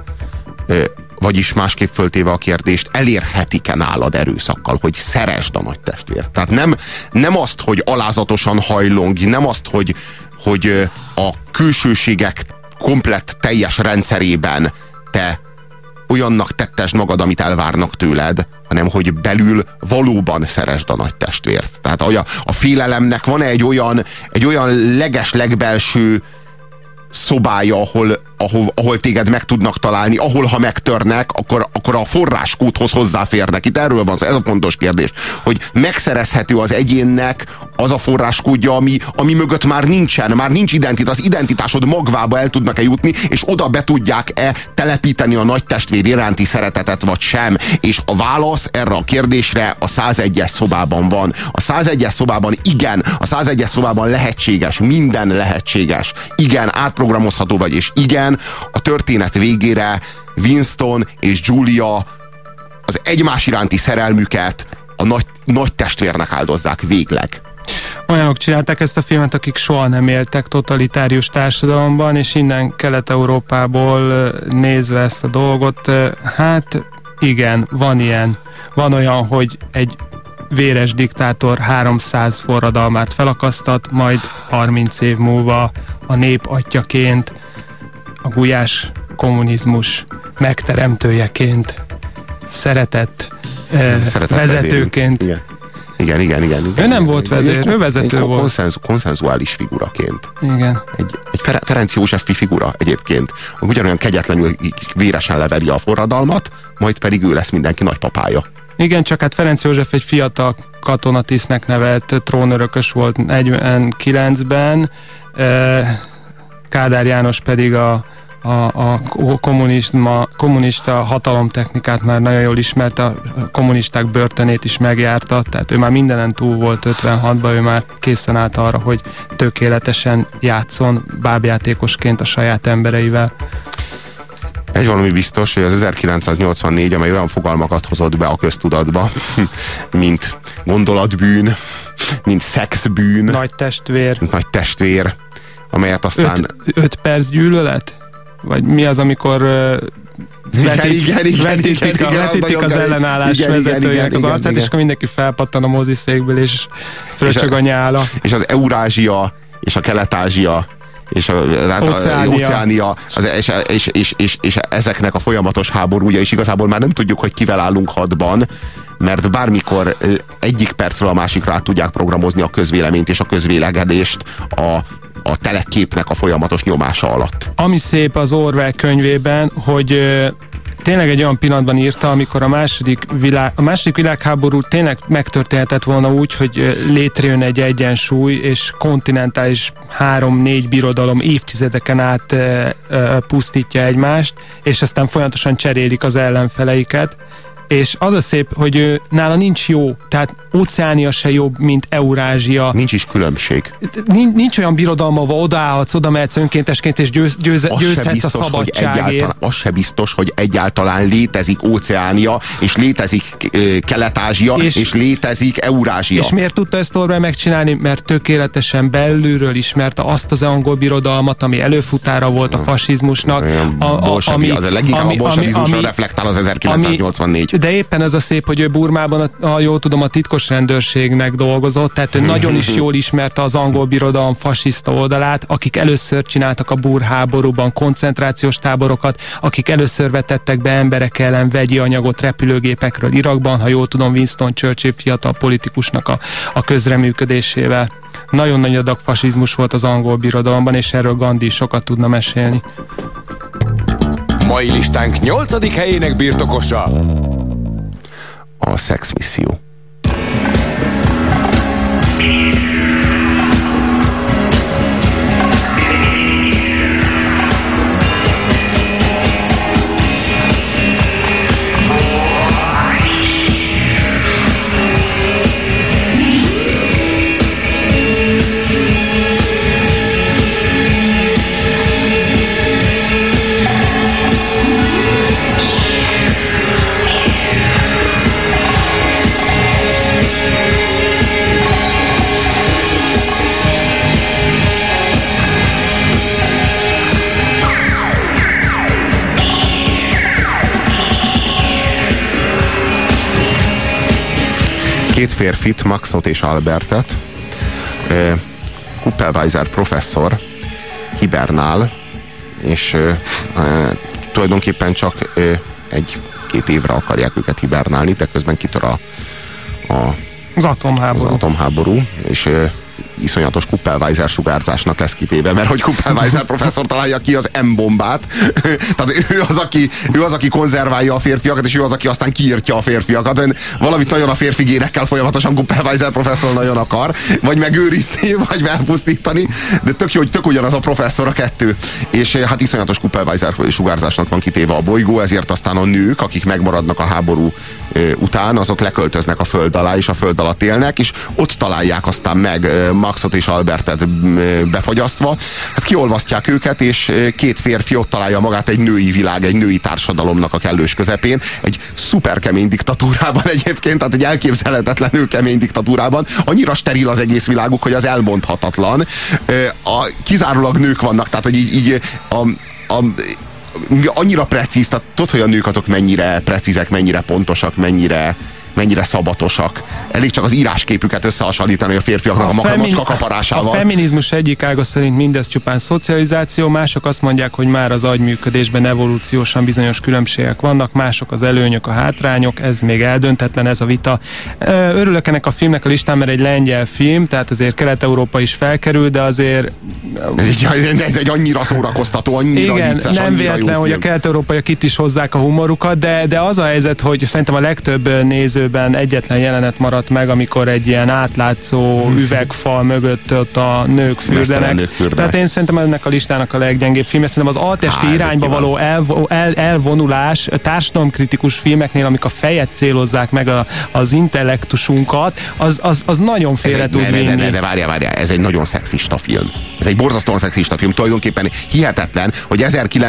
Vagyis másképp föltéve a kérdést, elérhetik-e nálad erőszakkal, hogy szeresd a nagy testvért? Tehát nem azt, hogy alázatosan hajlong, nem azt, hogy a külsőségek komplett teljes rendszerében te olyannak tettesd magad, amit elvárnak tőled, hanem hogy belül valóban szeresd a nagy testvért. Tehát a félelemnek van egy olyan leges-legbelső szobája, ahol téged meg tudnak találni, ahol ha megtörnek, akkor a forráskódhoz hozzáférnek. Itt erről van szó, ez a pontos kérdés, hogy megszerezhető az egyénnek az a forráskódja, ami mögött már nincs identitás, az identitásod magvába el tudnak-e jutni, és oda be tudják-e telepíteni a nagy testvér iránti szeretetet, vagy sem. És a válasz erre a kérdésre a 101-es szobában van. A 101-es szobában igen, a 101-es szobában lehetséges, minden lehetséges. Igen, átprogramozható vagy, és igen, a történet végére Winston és Julia az egymás iránti szerelmüket a nagy testvérnek áldozzák végleg. Olyanok csinálták ezt a filmet, akik soha nem éltek totalitárius társadalomban, és innen Kelet-Európából nézve ezt a dolgot, hát igen, van ilyen. Van olyan, hogy egy véres diktátor 300 forradalmát felakasztat, majd 30 év múlva a nép atyaként, a gulyás kommunizmus megteremtőjeként, szeretett vezetőként. Igen. Ő nem volt vezér, ő vezető volt. Konszenzuális figuraként. Igen. Egy Ferenc Józsefi figura egyébként. Ugyanolyan kegyetlenül véresen leveri a forradalmat, majd pedig ő lesz mindenki nagypapája. Igen, csak hát Ferenc József egy fiatal katonatisztnek nevelt trónörökös volt 49-ben, Kádár János pedig a kommunista hatalomtechnikát már nagyon jól ismerte, a kommunisták börtönét is megjárta, tehát ő már mindenen túl volt 56-ban, ő már készen állt arra, hogy tökéletesen játszon bábjátékosként a saját embereivel. Egy valami biztos, hogy az 1984, amely olyan fogalmakat hozott be a köztudatba, mint gondolatbűn, mint szexbűn, nagy testvér, amelyet aztán... 5 perc gyűlölet? Vagy mi az, amikor vetítik az ellenállás vezetőjének az arcát, és akkor mindenki felpattan a moziszékből, és fröcsög a nyála. És az Eurázsia, és a Kelet-Ázsia, és az Óceánia, és ezeknek a folyamatos háborúja, és igazából már nem tudjuk, hogy kivel állunk hadban, mert bármikor egyik percről a másikra át tudják programozni a közvéleményt és a közvélegedést a teleképnek a folyamatos nyomása alatt. Ami szép az Orwell könyvében, hogy tényleg egy olyan pillanatban írta, amikor a második világháború tényleg megtörténhetett volna úgy, hogy létrejön egy egyensúly, és kontinentális 3-4 birodalom évtizedeken át pusztítja egymást, és aztán folyamatosan cserélik az ellenfeleiket. És az a szép, hogy nála nincs jó, tehát Óceánia se jobb, mint Eurázsia. Nincs is különbség. Nincs olyan birodalma, ahol odaállhatsz, oda mehetsz önkéntesként, és győzhetsz a szabadságért. Az se biztos, hogy egyáltalán létezik Óceánia, és létezik Kelet-Ázsia, és létezik Eurázsia. És miért tudta ezt Orwell megcsinálni? Mert tökéletesen belülről ismerte azt az angol birodalmat, ami előfutára volt a fasizmusnak. Az leginkább a bolsevizmusra reflektál az 1984. De éppen ez a szép, hogy ő Burmában, jól tudom, a titkos rendőrségnek dolgozott, tehát ő nagyon is jól ismerte az angol birodalom fasiszta oldalát, akik először csináltak a Búr háborúban koncentrációs táborokat, akik először vetettek be emberek ellen vegyi anyagot repülőgépekről Irakban, ha jól tudom, Winston Churchill fiatal politikusnak a közreműködésével. Nagyon nagy adag fasizmus volt az angol birodalomban, és erről Gandhi sokat tudna mesélni. Mai listánk 8. helyének birtokosa a szexmisszió. Két férfit, Maxot és Albertet, Kuppelweiser professzor hibernál, és tulajdonképpen csak 1-2 évre akarják őket hibernálni, de közben kitör az atomháború, és iszonyatos Kuppelweiser sugárzásnak lesz kitéve, mert hogy Kuppelweiser professzor találja ki az M-bombát, tehát ő az, aki konzerválja a férfiakat, és ő az, aki aztán kiírtja a férfiakat. Valamit nagyon a férfi génekkel folyamatosan Kuppelweiser professzor nagyon akar, vagy megőrizni, vagy elpusztítani, de tök jó, hogy tök ugyanaz a professzor a kettő. És hát iszonyatos Kuppelweiser sugárzásnak van kitéve a bolygó, ezért aztán a nők, akik megmaradnak a háború után, azok leköltöznek a föld alá, és a föld alatt élnek, és ott találják aztán meg Maxot és Albertet befagyasztva. Hát kiolvasztják őket, és két férfi ott találja magát egy női világ, egy női társadalomnak a kellős közepén, egy szuper kemény diktatúrában egyébként, tehát egy elképzelhetetlenül kemény diktatúrában. Annyira steril az egész világuk, hogy az elmondhatatlan. Kizárólag nők vannak, tehát hogy így annyira precíz, tehát tudod, hogy a nők azok mennyire precízek, mennyire pontosak, mennyire szabatosak. Elég csak az írásképüket összehasonlítani a férfiaknak a macska kaparásával. A feminizmus egyik ága szerint mindez csupán szocializáció, mások azt mondják, hogy már az agyműködésben evolúciósan bizonyos különbségek vannak, mások az előnyök, a hátrányok, ez még eldöntetlen, ez a vita. Örülök ennek a filmnek a listán, mert egy lengyel film, tehát azért Kelet-Európa is felkerül, de azért... Ez egy annyira szórakoztató, annyira igen, vicces, nem véletlen, hogy a kelet-európaiak itt is hozzák a humorukat, de az a helyzet, hogy szerintem a legtöbb nézőben egyetlen jelenet maradt meg, amikor egy ilyen átlátszó üvegfal mögött ott a nők fürdenek. Tehát én szerintem ennek a listának a leggyengébb film. Szerintem az altesti irányba való elvonulás társadalomkritikus filmeknél, amik a fejet célozzák meg az intellektusunkat, az nagyon félre tud vinni. De várjál, ez egy nagyon szexista film. Ez egy borzasztóan szexista film. Tulajdonképpen hihetetlen, hogy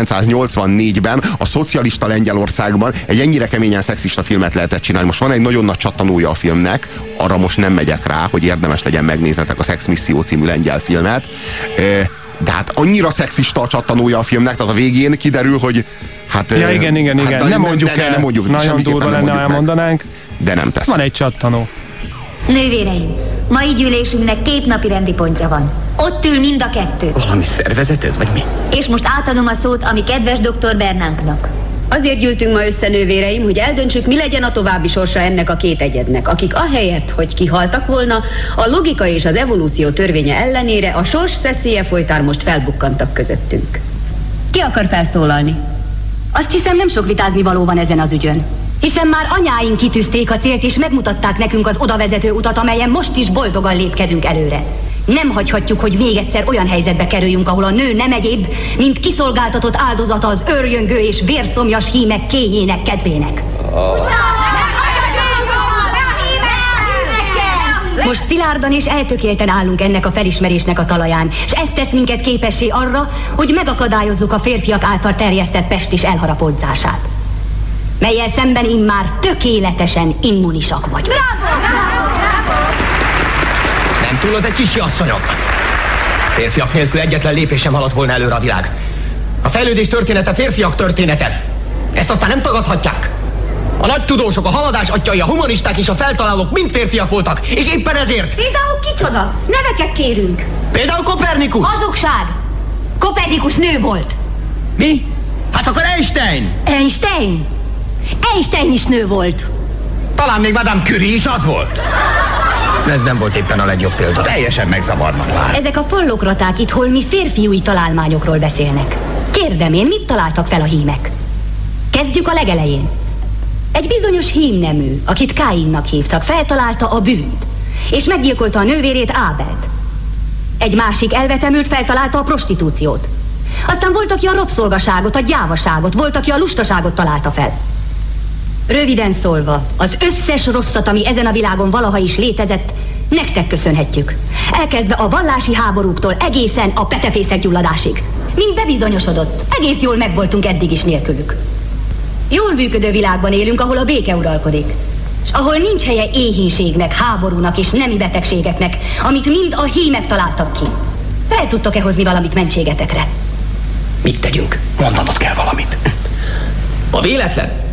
1984-ben a szocialista Lengyelországban egy ennyire keményen szexista filmet lehetett csinálni. Most van egy nagyon nagy csattanója a filmnek, arra most nem megyek rá, hogy érdemes legyen megnéznetek a Sex Misszió című lengyel filmet. De hát annyira szexista a csattanója a filmnek, tehát a végén kiderül, hogy hát... Ja, igen. Hát, nem mondjuk, nagyon durva lenne, elmondanánk. De nem tesz. Van egy csattanó. Nővéreim, mai gyűlésünknek 2 napi rendi pontja van. Ott ül mind a 2. Valami szervezet ez, vagy mi? És most átadom a szót a mi kedves dr. Bernánknak. Azért gyűltünk ma össze, nővéreim, hogy eldöntsük, mi legyen a további sorsa ennek a 2 egyednek, akik ahelyett, hogy kihaltak volna, a logika és az evolúció törvénye ellenére a sors szeszélye folytán most felbukkantak közöttünk. Ki akar felszólalni? Azt hiszem, nem sok vitázni való van ezen az ügyön. Hiszen már anyáink kitűzték a célt, és megmutatták nekünk az odavezető utat, amelyen most is boldogan lépkedünk előre. Nem hagyhatjuk, hogy még egyszer olyan helyzetbe kerüljünk, ahol a nő nem egyéb, mint kiszolgáltatott áldozata az őrjöngő és vérszomjas hímek kényének, kedvének. Most szilárdan és eltökélten állunk ennek a felismerésnek a talaján, és ez tesz minket képessé arra, hogy megakadályozzuk a férfiak által terjesztett pestis elharapódzását, mellyel szemben immár tökéletesen immunisak vagyunk. Nem túl az egy kicsi asszonyom. Férfiak nélkül egyetlen lépés sem haladt volna előre a világ. A fejlődés története férfiak története. Ezt aztán nem tagadhatják. A nagy tudósok, a haladás atyai, a humanisták és a feltalálók mind férfiak voltak, és éppen ezért... Például kicsoda? Neveket kérünk. Például Kopernikus. Hazugság. Kopernikus nő volt. Mi? Hát akkor Einstein. Einstein is nő volt. Talán még Madame Curie is az volt. Ez nem volt éppen a legjobb példa. Teljesen megzavarnak már. Ezek a fallokraták itt holmi férfiúi találmányokról beszélnek. Kérdem én, mit találtak fel a hímek? Kezdjük a legelején. Egy bizonyos hímnemű, akit Káinnak hívtak, feltalálta a bűnt, és meggyilkolta a nővérét, Ábelt. Egy másik elvetemült feltalálta a prostitúciót. Aztán volt, aki a rabszolgaságot, a gyávaságot, volt, aki a lustaságot találta fel. Röviden szólva, az összes rosszat, ami ezen a világon valaha is létezett, nektek köszönhetjük. Elkezdve a vallási háborúktól egészen a petefészek gyulladásig. Mint bebizonyosodott, egész jól megvoltunk eddig is nélkülük. Jól működő világban élünk, ahol a béke uralkodik, és ahol nincs helye éhínségnek, háborúnak és nemi betegségeknek, amit mind a hímek találtak ki. Fel tudtok-e hozni valamit mentségetekre? Mit tegyünk? Mondanod kell valamit. A véletlen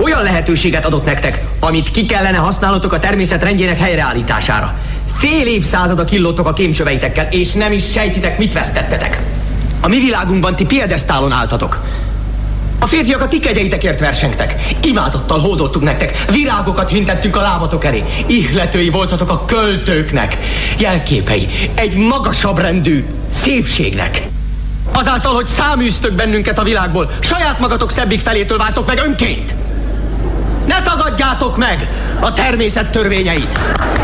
olyan lehetőséget adott nektek, amit ki kellene használnotok a természet rendjének helyreállítására. Fél évszázada killottok a kémcsöveitekkel, és nem is sejtitek, mit vesztettetek. A mi világunkban ti piedesztálon álltatok. A férfiak a ti kegyeitekért versengtek. Imádottal hódoltuk nektek, virágokat hintettünk a lábatok elé. Ihletői voltatok a költőknek, jelképei egy magasabb rendű szépségnek. Azáltal, hogy száműztök bennünket a világból, saját magatok szebbik felétől váltok meg önként. Ne tagadjátok meg a természet törvényeit.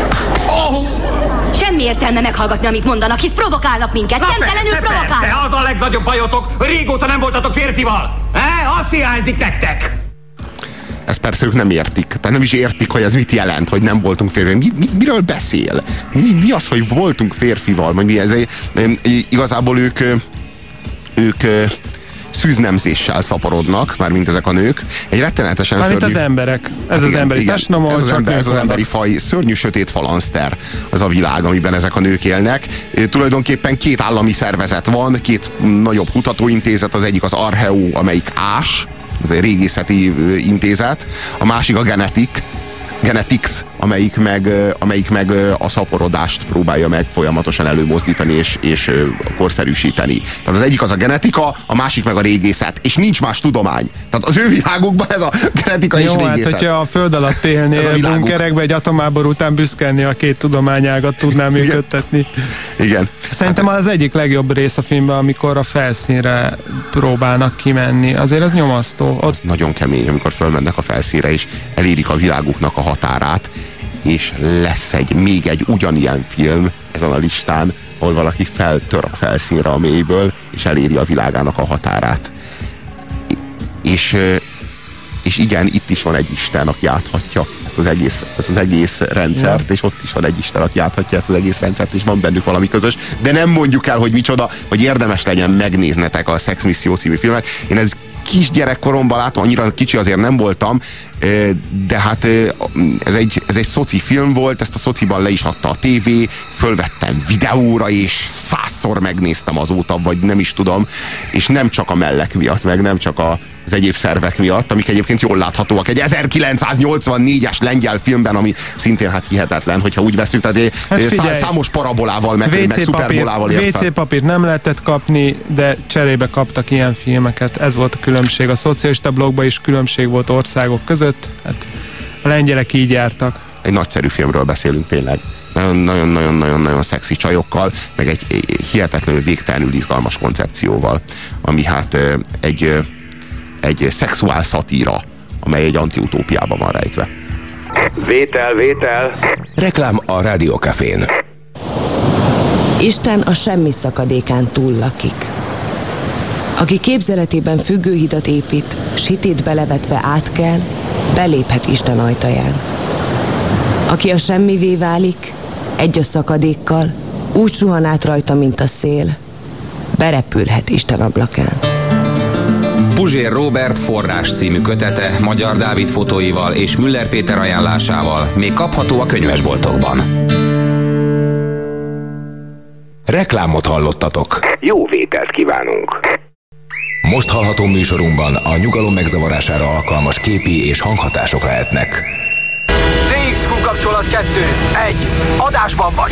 Semmi értelme meghallgatni, amit mondanak, hisz provokálnak minket. Nyeltelenül provokálnak. Persze, az a legnagyobb bajotok, régóta nem voltatok férfival. Azt hiányzik nektek. Ezt persze ők nem értik. Tehát nem is értik, hogy ez mit jelent, hogy nem voltunk férfival. Miről beszél? Mi az, hogy voltunk férfival? Vagy mi ez? Igazából ők szűznemzéssel szaporodnak, mármint ezek a nők. Egy rettenetesen szörnyű... az emberek. Ez az emberi testnomor. Ez az emberi faj, szörnyű sötét falanszter az a világ, amiben ezek a nők élnek. Tulajdonképpen két állami szervezet van, két nagyobb kutatóintézet, az egyik az Archeo, amelyik ás, ez egy régészeti intézet, a másik a Genetics, amelyik meg a szaporodást próbálja meg folyamatosan előmozdítani és korszerűsíteni. Tehát az egyik az a genetika, a másik meg a régészet, és nincs más tudomány. Tehát az ő világukban ez a genetika és régészet. Hát, hogyha a föld alatt élnél bunkerekbe egy atomháború után büszkelni a két tudományágat tudnám működtetni. Igen. Szerintem az egyik legjobb rész a filmben, amikor a felszínre próbálnak kimenni. Azért ez nyomasztó. Az nagyon kemény, amikor fölmennek a felszínre, és elérik a világuknak a határát, és lesz még egy ugyanilyen film ezen a listán, ahol valaki feltör a felszínre a mélyből, és eléri a világának a határát. És igen, itt is van egy Isten, aki áthatja ezt az egész rendszert, és ott is van egy Isten, aki áthatja ezt az egész rendszert, és van bennük valami közös, de nem mondjuk el, hogy micsoda, hogy érdemes legyen megnéznetek a Sex Mission című filmet. Én ez kisgyerekkoromban látom, annyira kicsi azért nem voltam, de hát ez egy szoci film volt, ezt a szociban le is adta a tévé, fölvettem videóra, és 100-szor megnéztem azóta, vagy nem is tudom, és nem csak a mellek miatt, meg nem csak az egyéb szervek miatt, amik egyébként jól láthatóak egy 1984-es lengyel filmben, ami szintén hát hihetetlen, hogyha úgy veszünk, tehát számos parabolával, meg szuperbolával ért. WC papírt nem lehetett kapni, de cserébe kaptak ilyen filmeket. Ez volt a különbség. A szocialista blogban is különbség volt országok között. Hát a lengyelek így jártak. Egy nagyszerű filmről beszélünk tényleg. Nagyon-nagyon szexi csajokkal, meg egy hihetetlenül végtelenül izgalmas koncepcióval, ami hát egy szexuál szatíra, amely egy antiutópiában van rejtve. Vétel. Reklám a Rádiókafén. Isten a semmi szakadékán túl lakik. Aki képzeletében függőhidat épít, sitét belevetve átkel, beléphet Isten ajtaján. Aki a semmivé válik, egy a szakadékkal, úgy suhan át rajta, mint a szél, berepülhet Isten ablakán. Puzsér Róbert Forrás című kötete Magyar Dávid fotóival és Müller Péter ajánlásával még kapható a könyvesboltokban. Reklámot hallottatok. Jó vételt kívánunk. Most hallható műsorunkban a nyugalom megzavarására alkalmas képi és hanghatások lehetnek. DXQ kapcsolat 2. 1. Adásban vagy!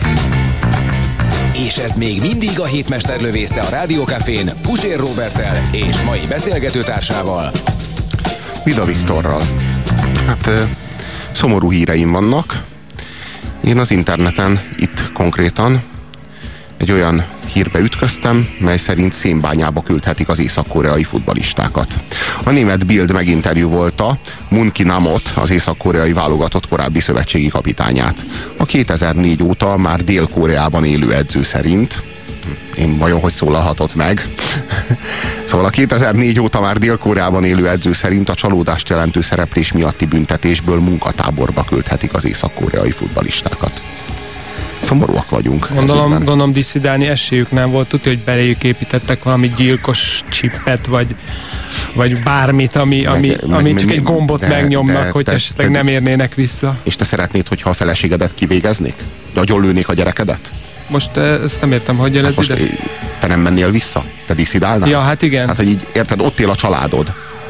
És ez még mindig a hétmesterlövésze a Rádiókafén Puzsér Róberttel és mai beszélgetőtársával, Vida Viktorral. Hát szomorú híreim vannak. Én az interneten, itt konkrétan egy olyan hírbe ütköztem, mely szerint szénbányába küldhetik az észak-koreai futballistákat. A német Bild meginterjúvolta Moon Ki-namot, az észak-koreai válogatott korábbi szövetségi kapitányát. A 2004 óta már Dél-Koreában élő edző szerint, én vajon hogy szólalhatott meg? Szóval a 2004 óta már Dél-Koreában élő edző szerint a csalódást jelentő szereplés miatti büntetésből munkatáborba küldhetik az észak-koreai futballistákat. Szomorúak vagyunk. Gondolom disszidálni esélyük nem volt. Tudja, hogy beléjük építettek valami gyilkos csippet, vagy bármit, ami csak egy gombot megnyomnak, hogy esetleg nem érnének vissza. És te szeretnéd, hogyha a feleségedet kivégeznék? De agyonlőnék a gyerekedet? Most ezt nem értem, hogy jön ez ide? Te nem mennél vissza? Te disszidálnál? Ja, hát igen. Hát, hogy így, érted, ott él a családod.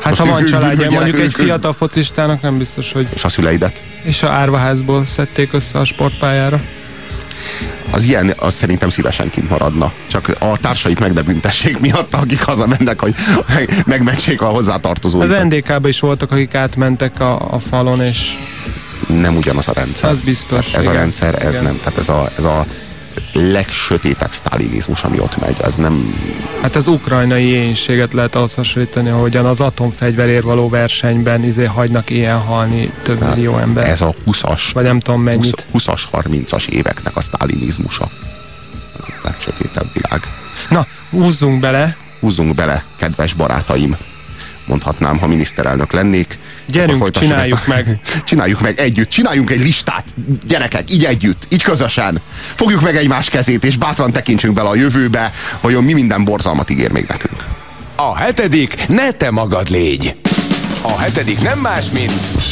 Hát ha van családja, mondjuk egy fiatal focistának nem biztos, hogy... És a szüleidet? És a árvaházból szedték össze a sportpályára. Az ilyen, az szerintem szívesen kint maradna. Csak a társait meg ne büntessék miatt, akik hazamennek, hogy megmentsék a hozzátartozóikat. Az NDK-ban is voltak, akik átmentek a falon, és... Nem ugyanaz a rendszer. Az biztos. Tehát ez a rendszer, ez nem. Tehát ez a legsötétebb sztálinizmus, ami ott megy. Ez nem... Hát az ukrajnai éhínséget lehet ahhoz hasonlítani, ahogyan az atomfegyverért való versenyben hagynak ilyen halni több millió ember. Ez a 20-as, vagy nem tudom mennyit. 20-as, 30-as éveknek a sztálinizmusa. A legsötétebb világ. Na, húzzunk bele. Húzzunk bele, kedves barátaim. Mondhatnám, ha miniszterelnök lennék. Gyerünk, csináljuk meg. Csináljuk meg együtt, csináljunk egy listát, gyerekek, így együtt, így közösen. Fogjuk meg egymás kezét, és bátran tekintsünk bele a jövőbe, vajon mi minden borzalmat ígér még nekünk. A hetedik, ne te magad légy. A hetedik nem más, mint...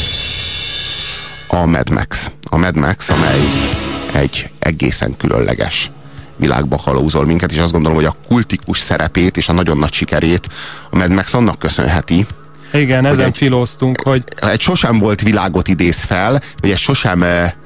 A Mad Max. A Mad Max, amely egy egészen különleges világba kalauzol minket, és azt gondolom, hogy a kultikus szerepét és a nagyon nagy sikerét a Mad Max annak köszönheti. Igen, ezen filóztunk, hogy... Egy sosem volt világot idéz fel, hogy egy sosem...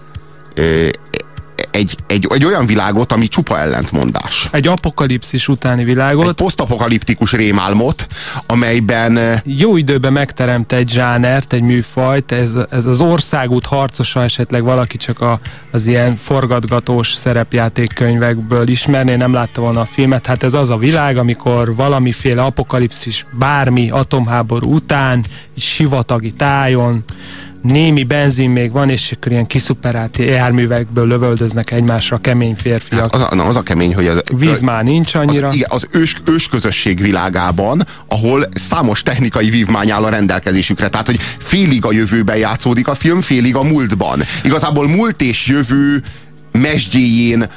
Egy olyan világot, ami csupa ellentmondás. Egy apokalipszis utáni világot. Egy posztapokaliptikus rémálmot, amelyben... Jó időben megteremt egy zsánert, egy műfajt, ez az országút harcosa, esetleg valaki csak az ilyen forgatgatós szerepjátékkönyvekből ismerné, nem látta volna a filmet. Hát ez az a világ, amikor valamiféle apokalipszis, bármi atomháború után, sivatagi tájon, némi benzin még van, és akkor ilyen kiszuperált járművekből lövöldöznek egymásra kemény férfiak. Az a kemény, hogy víz már nincs annyira. Az ősközösség világában, ahol számos technikai vívmány áll a rendelkezésükre. Tehát, hogy félig a jövőben játszódik a film, félig a múltban. Igazából múlt és jövő mesdjéjén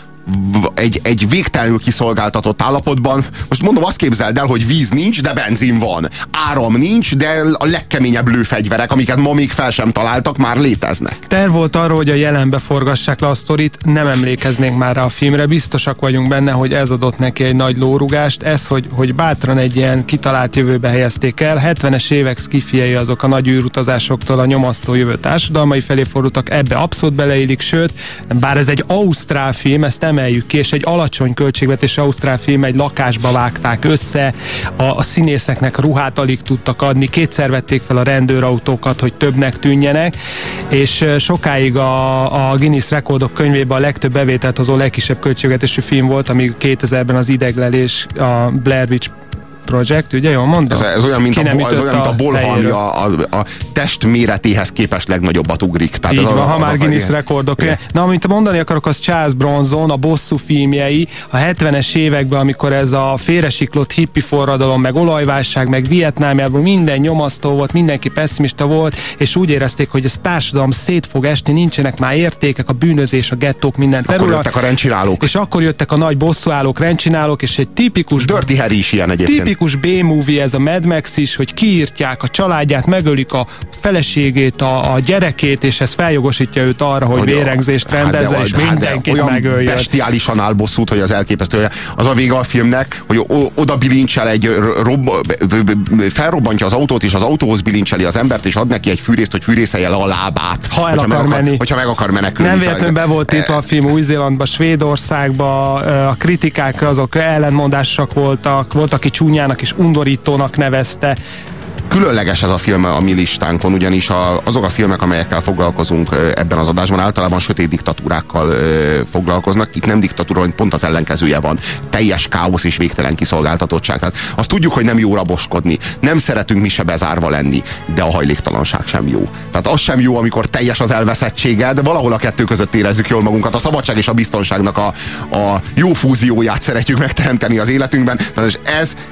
egy végtelenül kiszolgáltatott állapotban. Most mondom, azt képzeld el, hogy víz nincs, de benzin van. Áram nincs, de a legkeményebb lőfegyverek, amiket ma még fel sem találtak, már léteznek. Terv volt arról, hogy a jelenbe forgassák le a sztorit, nem emlékeznénk már rá a filmre, biztosak vagyunk benne, hogy ez adott neki egy nagy lórugást, ez, hogy bátran egy ilyen kitalált jövőbe helyezték el. 70-es évek szkifiei azok a nagy űrutazásoktól a nyomasztó jövő társadalmai felé fordultak, ebbe abszolút beleillik, sőt, bár ez egy ausztrál film, ezt emeljük ki, és egy alacsony költségvetésű ausztrál film, egy lakásba vágták össze, a színészeknek ruhát alig tudtak adni, kétszer vették fel a rendőrautókat, hogy többnek tűnjenek, és sokáig a Guinness rekordok könyvében a legtöbb bevételt hozó legkisebb költségvetésű film volt, amíg 2000-ben az Ideglelés, a Blair Witch Project, ugye jól mondom? Ez olyan, mint a bolhalmi a test méretéhez képest legnagyobbat ugrik. Tehát így van, ha már Guinness rekordok. Na, amit mondani akarok, az Charles Bronson, a bosszú filmjei, a 70-es években, amikor ez a félresiklott hippi forradalom, meg olajválság, meg Vietnámjában minden nyomasztó volt, mindenki pessimista volt, és úgy érezték, hogy ez társadalom szét fog esni, nincsenek már értékek, a bűnözés, a gettók, minden terület. Akkor jöttek a rendcsinálók. És akkor jöttek a nagy bosszúállók, rendcsinálók, és egy tipikus... Dirty Harry is ilyen egyébként. Tipikus B-movie ez a Mad Max is, hogy kiírtják a családját, megölik a feleségét, a gyerekét, és ez feljogosítja őt arra, hogy vérengzést rendezze, és mindenkit megöljön. Olyan bestiálisan áll bosszút, hogy az elképesztő. Az a vége a filmnek, hogy oda bilincsel felrobbantja az autót, és az autóhoz bilincseli az embert, és ad neki egy fűrészt, hogy fűrészelje le a lábát. Ha el akar menni. Hogyha meg akar menekülni. Nem véletlenül be volt itt a film Új-Zélandba, Svédországba, a kritikák azok ellentmondásak voltak, volt, aki csúnyának és undorítónak nevezte. Különleges ez a film a mi listánkon, ugyanis azok a filmek, amelyekkel foglalkozunk ebben az adásban, általában sötét diktatúrákkal foglalkoznak. Itt nem diktatúra, pont az ellenkezője van. Teljes káosz és végtelen kiszolgáltatottság. Tehát azt tudjuk, hogy nem jó raboskodni. Nem szeretünk mi se bezárva lenni, de a hajléktalanság sem jó. Tehát az sem jó, amikor teljes az elveszettsége, de valahol a kettő között érezzük jól magunkat. A szabadság és a biztonságnak a jó fúzióját szeretjük megteremteni az életünkben. Tehát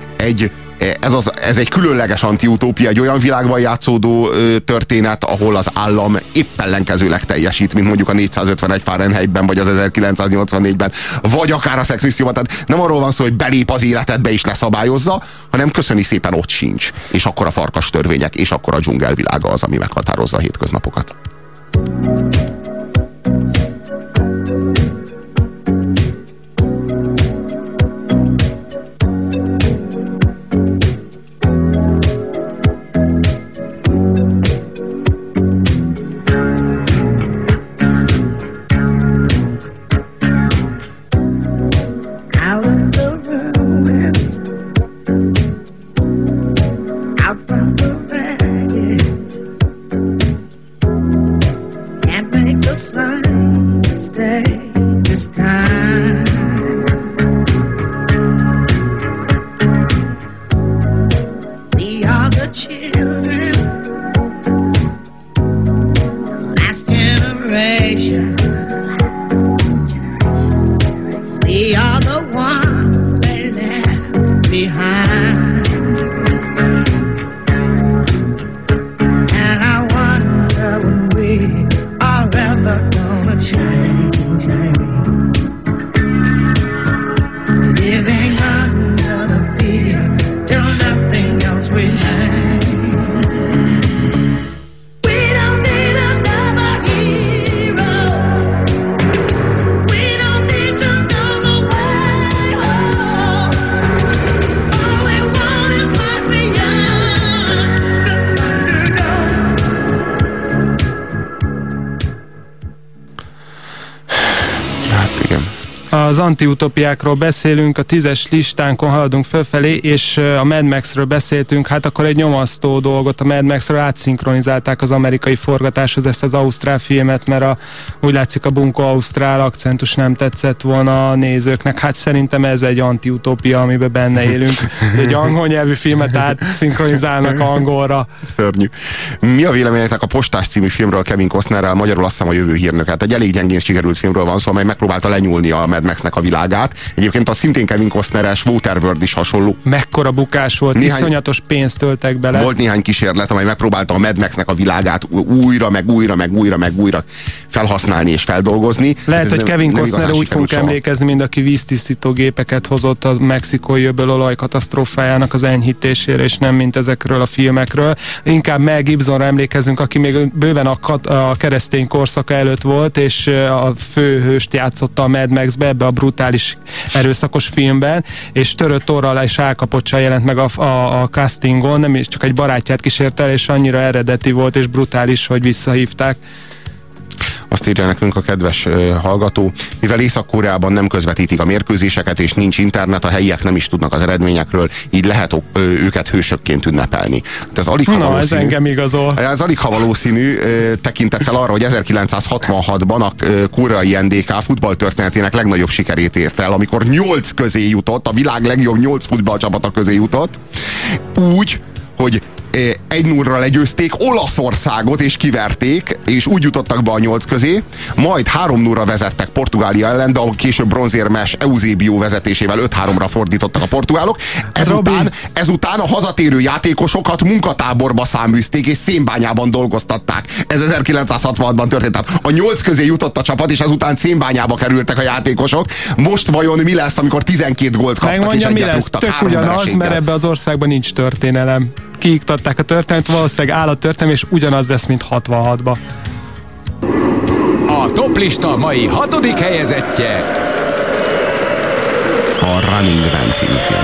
ez egy különleges antiutópia, egy olyan világban játszódó történet, ahol az állam épp ellenkezőleg teljesít, mint mondjuk a 451 Fahrenheitben, vagy az 1984-ben, vagy akár a Sex Misszióban. Tehát nem arról van szó, hogy belép az életedbe és leszabályozza, hanem köszöni szépen ott sincs. És akkor a farkas törvények, és akkor a dzsungelvilága az, ami meghatározza a hétköznapokat. the sun to stay this time. We are the children, last generation. We are the ones they left behind. And I wonder when we are ever gonna change. Living under the fear till nothing else remains. Az antiutopiákról beszélünk, a 10-es listánkon haladunk fölfelé, és a Mad Maxről beszéltünk, hát akkor egy nyomasztó dolgot a Mad Maxről átszinkronizálták az amerikai forgatáshoz ezt az ausztrál filmet, mert úgy látszik a bunkó ausztrál akcentus nem tetszett volna a nézőknek. Hát szerintem ez egy antiutópia, amiben benne élünk. Egy angol nyelvű filmet átszinkronizálnak angolra. Szörnyű. Mi a véleményetek a Postás című filmről Kevin Costnerrel, magyarul azt hiszem a Jövő hírnök? Hát egy elég gyengén sikerült filmről van szó, amely megpróbálta lenyúlni a Mad Maxnek a világát. Egyébként a szintén Kevin Costneres Waterworld is hasonló. Mekkora bukás volt, iszonyatos pénzt töltek bele. Volt néhány kísérlet, amely megpróbálta a Mad Maxnek a világát újra felhasználni és feldolgozni. Lehet, hogy Kevin Costner úgy fogunk emlékezni, mint aki víztisztító gépeket hozott a mexikói öböl olajkatasztrófájának az enyhítésére, és nem mint ezekről a filmekről. Inkább Mel Gibsonra emlékezünk, aki még bőven a keresztény korszaka előtt volt, és a főhőst játszotta a Mad Maxbe, ebbe a brutális erőszakos filmben, és törött orral és álkapottsan jelent meg a castingon, nem is csak egy barátját kísért el, és annyira eredeti volt és brutális, hogy visszahívták. Azt írja nekünk a kedves hallgató, mivel Észak-Koreában nem közvetítik a mérkőzéseket, és nincs internet, a helyiek nem is tudnak az eredményekről, így lehet őket hősökként ünnepelni. Hát ez alig ha ez engem igazol. Ez alig ha valószínű tekintettel arra, hogy 1966-ban a koreai NDK futballtörténetének legnagyobb sikerét ért el, amikor 8 közé jutott, a világ legjobb 8 futballcsapata közé jutott, úgy, hogy 1-0-ra legyőzték Olaszországot, és kiverték, és úgy jutottak be a 8 közé, majd 3-0-ra vezettek Portugália ellen, de a később bronzérmes Eusebio vezetésével 5-3-ra fordítottak a portugálok. Ezután a hazatérő játékosokat munkatáborba száműzték, és szénbányában dolgoztatták. Ez 1966-ban történt. Tehát a 8 közé jutott a csapat, és ezután szénbányába kerültek a játékosok. Most vajon mi lesz, amikor 12 gólt kaptak, megmondjam, és egyet rúgtak? Tök ugyanaz, mert ebbe az országban nincs történelem. Kiiktatták a történet, valószínűleg állattörténelem, és ugyanaz lesz, mint 66-ban. A toplista mai 6. helyezettje a Running Man című film.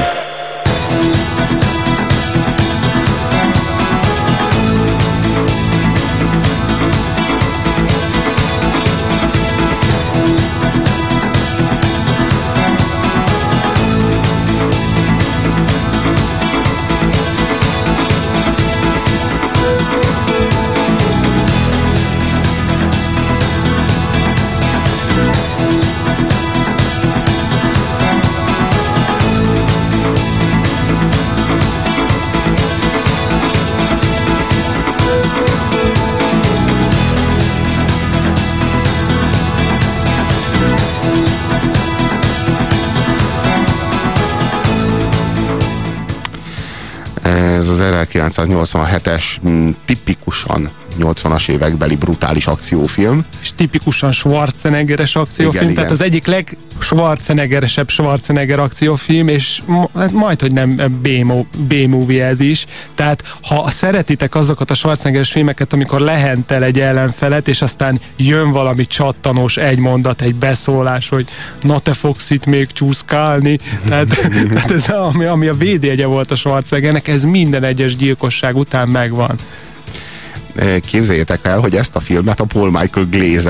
Ez az 1987-es tipikusan 80-as évekbeli brutális akciófilm. És tipikusan Schwarzeneggeres akciófilm, igen, tehát az egyik legschwarzeneggeresebb Schwarzenegger akciófilm, és majd, hogy nem B-movie ez is. Tehát ha szeretitek azokat a Schwarzeneggeres filmeket, amikor lehentel egy ellenfelet, és aztán jön valami csattanós egy mondat, egy beszólás, hogy na te fogsz itt még csúszkálni. Tehát ez ami a védjegye volt a Schwarzeneggernek, ez minden egyes gyilkosság után megvan. Képzeljétek el, hogy ezt a filmet a Paul Michael Glaser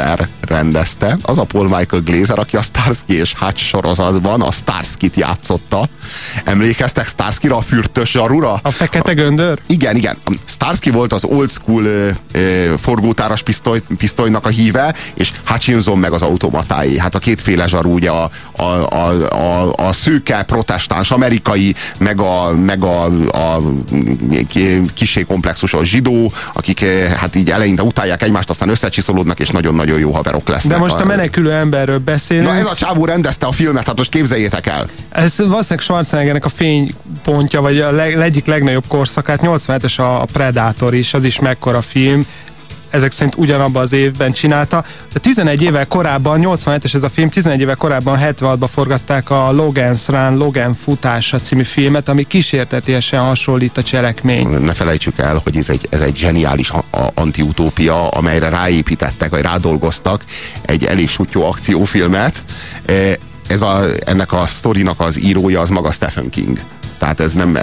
rendezte, az a Paul Michael Glaser, aki a Starsky és Hutch sorozatban a Starskit játszotta. Emlékeztek Starskira, a fürtös zsarura? A fekete göndör? Igen. Starsky volt az old school forgótáras pisztolynak a híve, és Hutchinson meg az automatáé. Hát a kétféle zsarú, ugye a szőke, protestáns, amerikai, meg a kissé komplexusos zsidó, akik hát így eleinte utálják egymást, aztán összecsiszolódnak, és nagyon-nagyon jó haverok lesznek. De most a menekülő emberről beszélünk. Na ez a csávó rendezte a filmet, hát most képzeljétek el. Ez valószínűleg Schwarzeneggernek a fénypontja, vagy egyik legnagyobb korszakát, 87-es a Predator is, az is mekkora film. Ezek szerint ugyanabban az évben csinálta. De 11 évvel korábban, 87-es ez a film, 11 évvel korábban 76-ban forgatták a Logan's Run, Logan futása című filmet, ami kísértetiesen hasonlít a cselekmény. Ne felejtsük el, hogy ez egy zseniális antiutópia, amelyre ráépítettek, vagy rádolgoztak egy elég sutyó akciófilmet. Ennek a sztorinak az írója az maga Stephen King. Tehát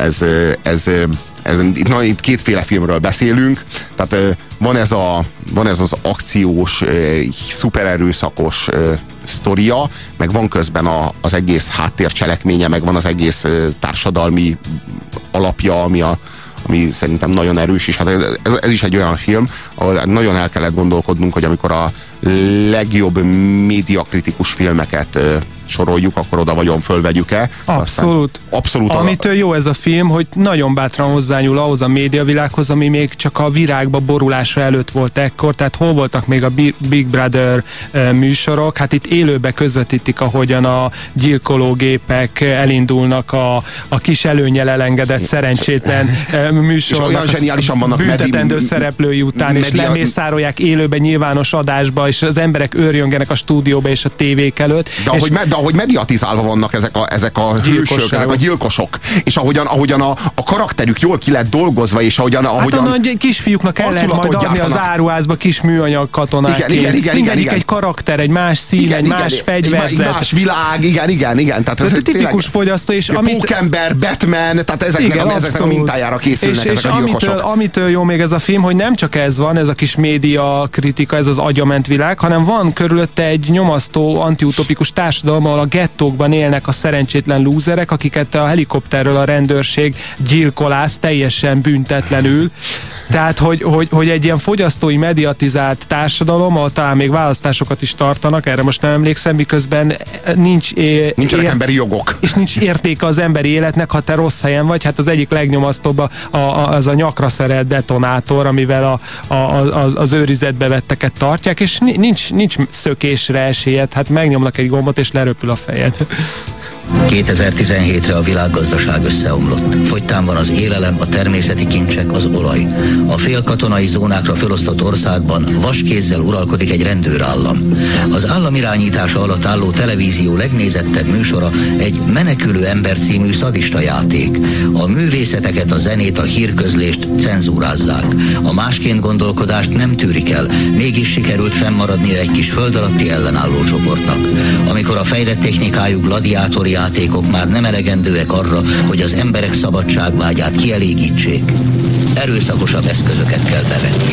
itt kétféle filmről beszélünk, tehát van ez az akciós, szupererőszakos sztoria, meg van közben az egész háttércselekménye, meg van az egész társadalmi alapja, ami szerintem nagyon erős, és hát ez is egy olyan film, ahol nagyon el kellett gondolkodnunk, hogy amikor a legjobb médiakritikus filmeket soroljuk, akkor oda vagyon fölvegyük-e. Abszolút. Amitől jó ez a film, hogy nagyon bátran hozzányúl ahhoz a médiavilághoz, ami még csak a virágba borulása előtt volt ekkor, tehát hol voltak még a Big Brother műsorok, hát itt élőbe közvetítik, ahogyan a gyilkológépek elindulnak a kis előnnyel elengedett szerencsétlen műsornak büntetendő szereplői után, és lemészárolják élőbe nyilvános adásba, és az emberek őrjöngenek a stúdióba és a tévék előtt. De ahogy mediatizálva vannak ezek a hősök, ezek a gyilkosok, és ahogyan a karakterük jól ki lett dolgozva, és ahogyan hát a kisfiúknak el lehet majd adni az áruházba kis műanyag katonákként. Mindegyik egy karakter, egy más szín, egy más fegyverzet. Egy más világ, igen. Tehát ez tipikus fogyasztó, és Pókember, Batman, tehát ezeknek a mintájára készülnek ezek a gyilkosok. Amitől jó még ez a film, hogy nem csak ez van, ez a kis média kritika, ez az agyament világ, hanem van körülötte egy nyomasztó antiutopikus társadalom, ahol a gettókban élnek a szerencsétlen lúzerek, akiket a helikopterről a rendőrség gyilkolász teljesen büntetlenül. Tehát, hogy egy ilyen fogyasztói mediatizált társadalom, ahol talán még választásokat is tartanak, erre most nem emlékszem, miközben nincsenek emberi jogok. És nincs értéke az emberi életnek, ha te rossz helyen vagy. Hát az egyik legnyomasztóbb az a nyakra szerelt detonátor, amivel az őrizetbe vetteket tartják, és nincs szökésre esélyed, hát megnyomnak egy gombot, és leröpül a fejed. 2017-re a világgazdaság összeomlott. Fogytán van az élelem, a természeti kincsek, az olaj. A félkatonai zónákra felosztott országban vaskézzel uralkodik egy rendőrállam. Az állam irányítása alatt álló televízió legnézettebb műsora egy Menekülő ember című szadista játék. A művészeteket, a zenét, a hírközlést cenzúrázzák. A másként gondolkodást nem tűrik el, mégis sikerült fennmaradnia egy kis föld alatti ellenálló csoportnak. Amikor a fejlett technikájú gladiátori játékok már nem elegendőek arra, hogy az emberek szabadságvágyát kielégítsék, erőszakosabb eszközöket kell bevetni.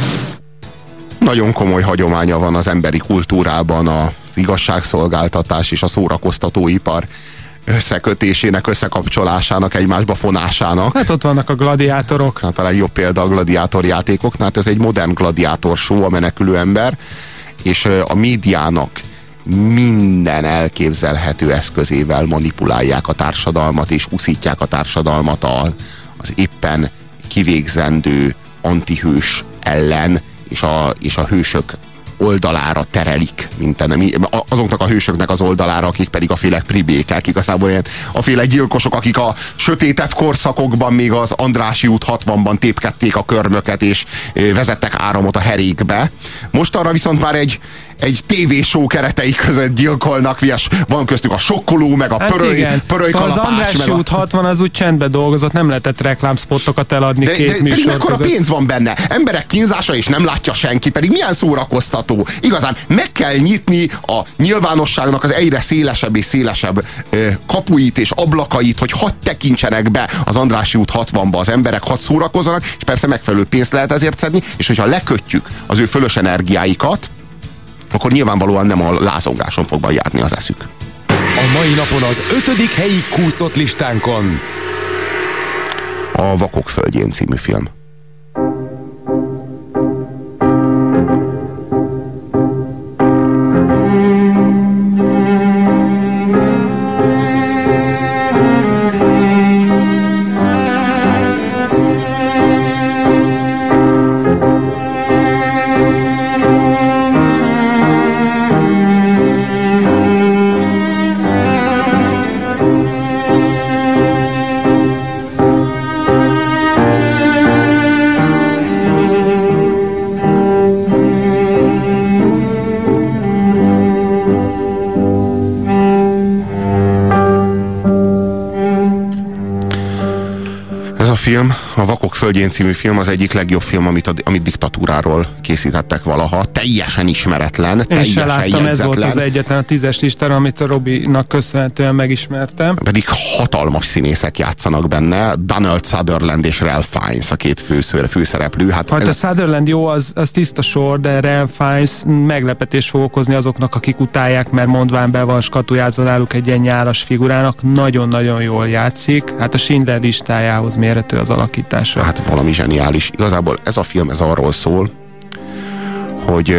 Nagyon komoly hagyománya van az emberi kultúrában az igazságszolgáltatás és a szórakoztatóipar összekötésének, összekapcsolásának, egymásba fonásának. Hát ott vannak a gladiátorok. Hát a legjobb példa a gladiátor játékok. Hát ez egy modern gladiátor show, a Menekülő ember, és a médiának minden elképzelhető eszközével manipulálják a társadalmat, és uszítják a társadalmat az éppen kivégzendő antihős ellen, és a hősök oldalára terelik, azoknak a hősöknek az oldalára, akik pedig a féle pribékek, igazából ilyen a féle gyilkosok, akik a sötétebb korszakokban még az Andrássy út 60-ban tépkedték a körmöket, és vezettek áramot a herékbe. Most arra viszont már egy tévéshow keretei között gyilkolnak, van köztük a sokkoló, meg a pörölykalapács. Szóval az Andrássy út 60 az úgy csendben dolgozott, nem lehetett reklámspottokat eladni két műsor között. Mekkora pénz van benne? Emberek kínzása, és nem látja senki, pedig milyen szórakoztató. Igazán meg kell nyitni a nyilvánosságnak az egyre szélesebb és szélesebb kapuit és ablakait, hogy hadd tekintsenek be az Andrássy út 60-ba az emberek, hadd szórakozzanak, és persze megfelelő pénzt lehet ezért szedni, és hogyha lekötjük az ő fölös energiáikat, akkor nyilvánvalóan nem a lázongáson fog járni az eszük. A mai napon az 5. helyig kúszott listánkon a Vakok földjén című film. A Vakok földjén című film az egyik legjobb film, amit diktatúráról készítettek valaha. Teljesen ismeretlen, teljesen láttam, ez volt az egyetlen a 10-es listára, amit a Robinak köszönhetően megismertem. Pedig hatalmas színészek játszanak benne, Donald Sutherland és Ralph Fiennes a két főszereplő. Hát a Sutherland jó, az tiszta sor, de Ralph Fiennes meglepetés fog okozni azoknak, akik utálják, mert mondván be van skatujázva náluk egy ilyen nyálas figurának. Nagyon-nagyon jól játszik. Hát a Schindler listájához mérhető az alakítása. Hát valami zseniális. Igazából ez a film ez arról hogy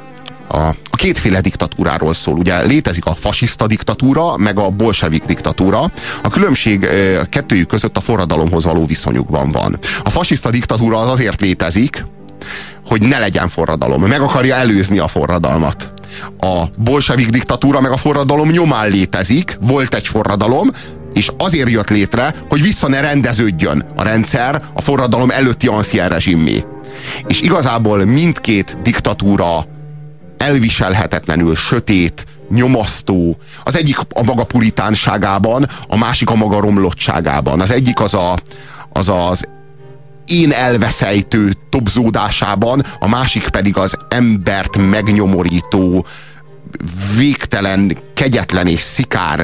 a kétféle diktatúráról szól. Ugye létezik a fasiszta diktatúra, meg a bolsevik diktatúra. A különbség kettőjük között a forradalomhoz való viszonyukban van. A fasiszta diktatúra az azért létezik, hogy ne legyen forradalom. Meg akarja előzni a forradalmat. A bolsevik diktatúra meg a forradalom nyomán létezik, volt egy forradalom, és azért jött létre, hogy vissza ne rendeződjön a rendszer a forradalom előtti ancien rezsimmé. És igazából mindkét diktatúra elviselhetetlenül sötét, nyomasztó. Az egyik a maga puritánságában, a másik a maga romlottságában. Az egyik az én elveszejtő tobzódásában, a másik pedig az embert megnyomorító, végtelen, kegyetlen és szikár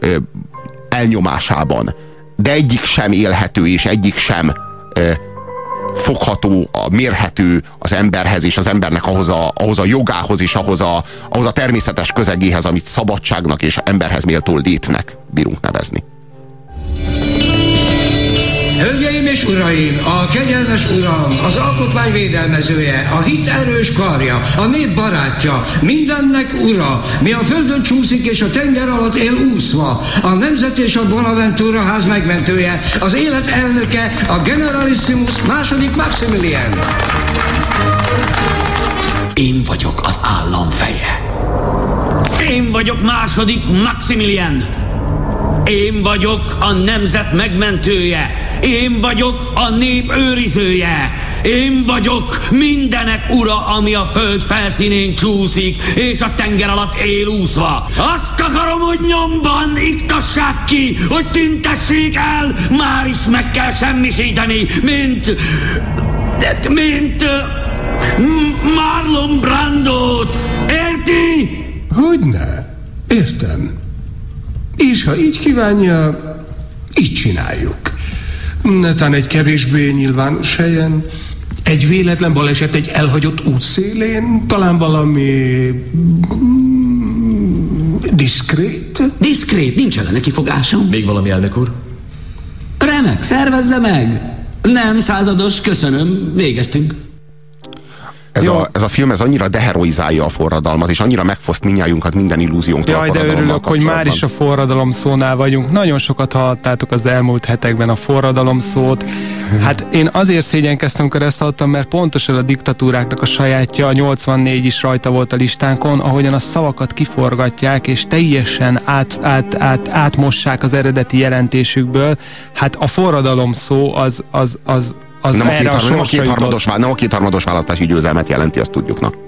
elnyomásában. De egyik sem élhető, és egyik sem fogható, mérhető az emberhez, és az embernek ahhoz a jogához, és ahhoz a természetes közegéhez, amit szabadságnak és emberhez méltó létnek bírunk nevezni. Hölgyeim és uraim, a kegyelmes uram, az alkotmány védelmezője, a hit erős karja, a nép barátja, mindennek ura, mi a földön csúszik és a tenger alatt él úszva, a nemzet és a Bonaventura ház megmentője, az élet elnöke, a Generalissimus második Maximilian. Én vagyok az állam feje. Én vagyok második Maximilian. Én vagyok a nemzet megmentője. Én vagyok a nép őrizője. Én vagyok mindenek ura, ami a föld felszínén csúszik, és a tenger alatt él úszva. Azt akarom, hogy nyomban iktassák ki, hogy tüntessék el, már is meg kell semmisíteni, mint Marlon Brandót. Érti? Hogyne? Értem. És ha így kívánja, így csináljuk. Netán egy kevésbé nyilvános helyen, egy véletlen baleset egy elhagyott útszélén, talán valami diszkrét? Diszkrét, nincs ellene kifogásom. Még valami, elnök úr? Remek, szervezze meg! Nem, százados, köszönöm, végeztünk. Ez a film annyira deheroizálja a forradalmat, és annyira megfoszt mindnyájunkat minden illúziónktól a forradalommal de örülök, hogy már is a forradalom szónál vagyunk. Nagyon sokat hallottátok az elmúlt hetekben a forradalom szót. Hát én azért szégyenkeztem, amikor ezt hallottam, mert pontosan a diktatúráknak a sajátja, a 84 is rajta volt a listánkon, ahogyan a szavakat kiforgatják, és teljesen átmossák az eredeti jelentésükből. Hát a forradalom szó az nem a kétharmados választási győzelmet jelenti, azt tudjuk. Na.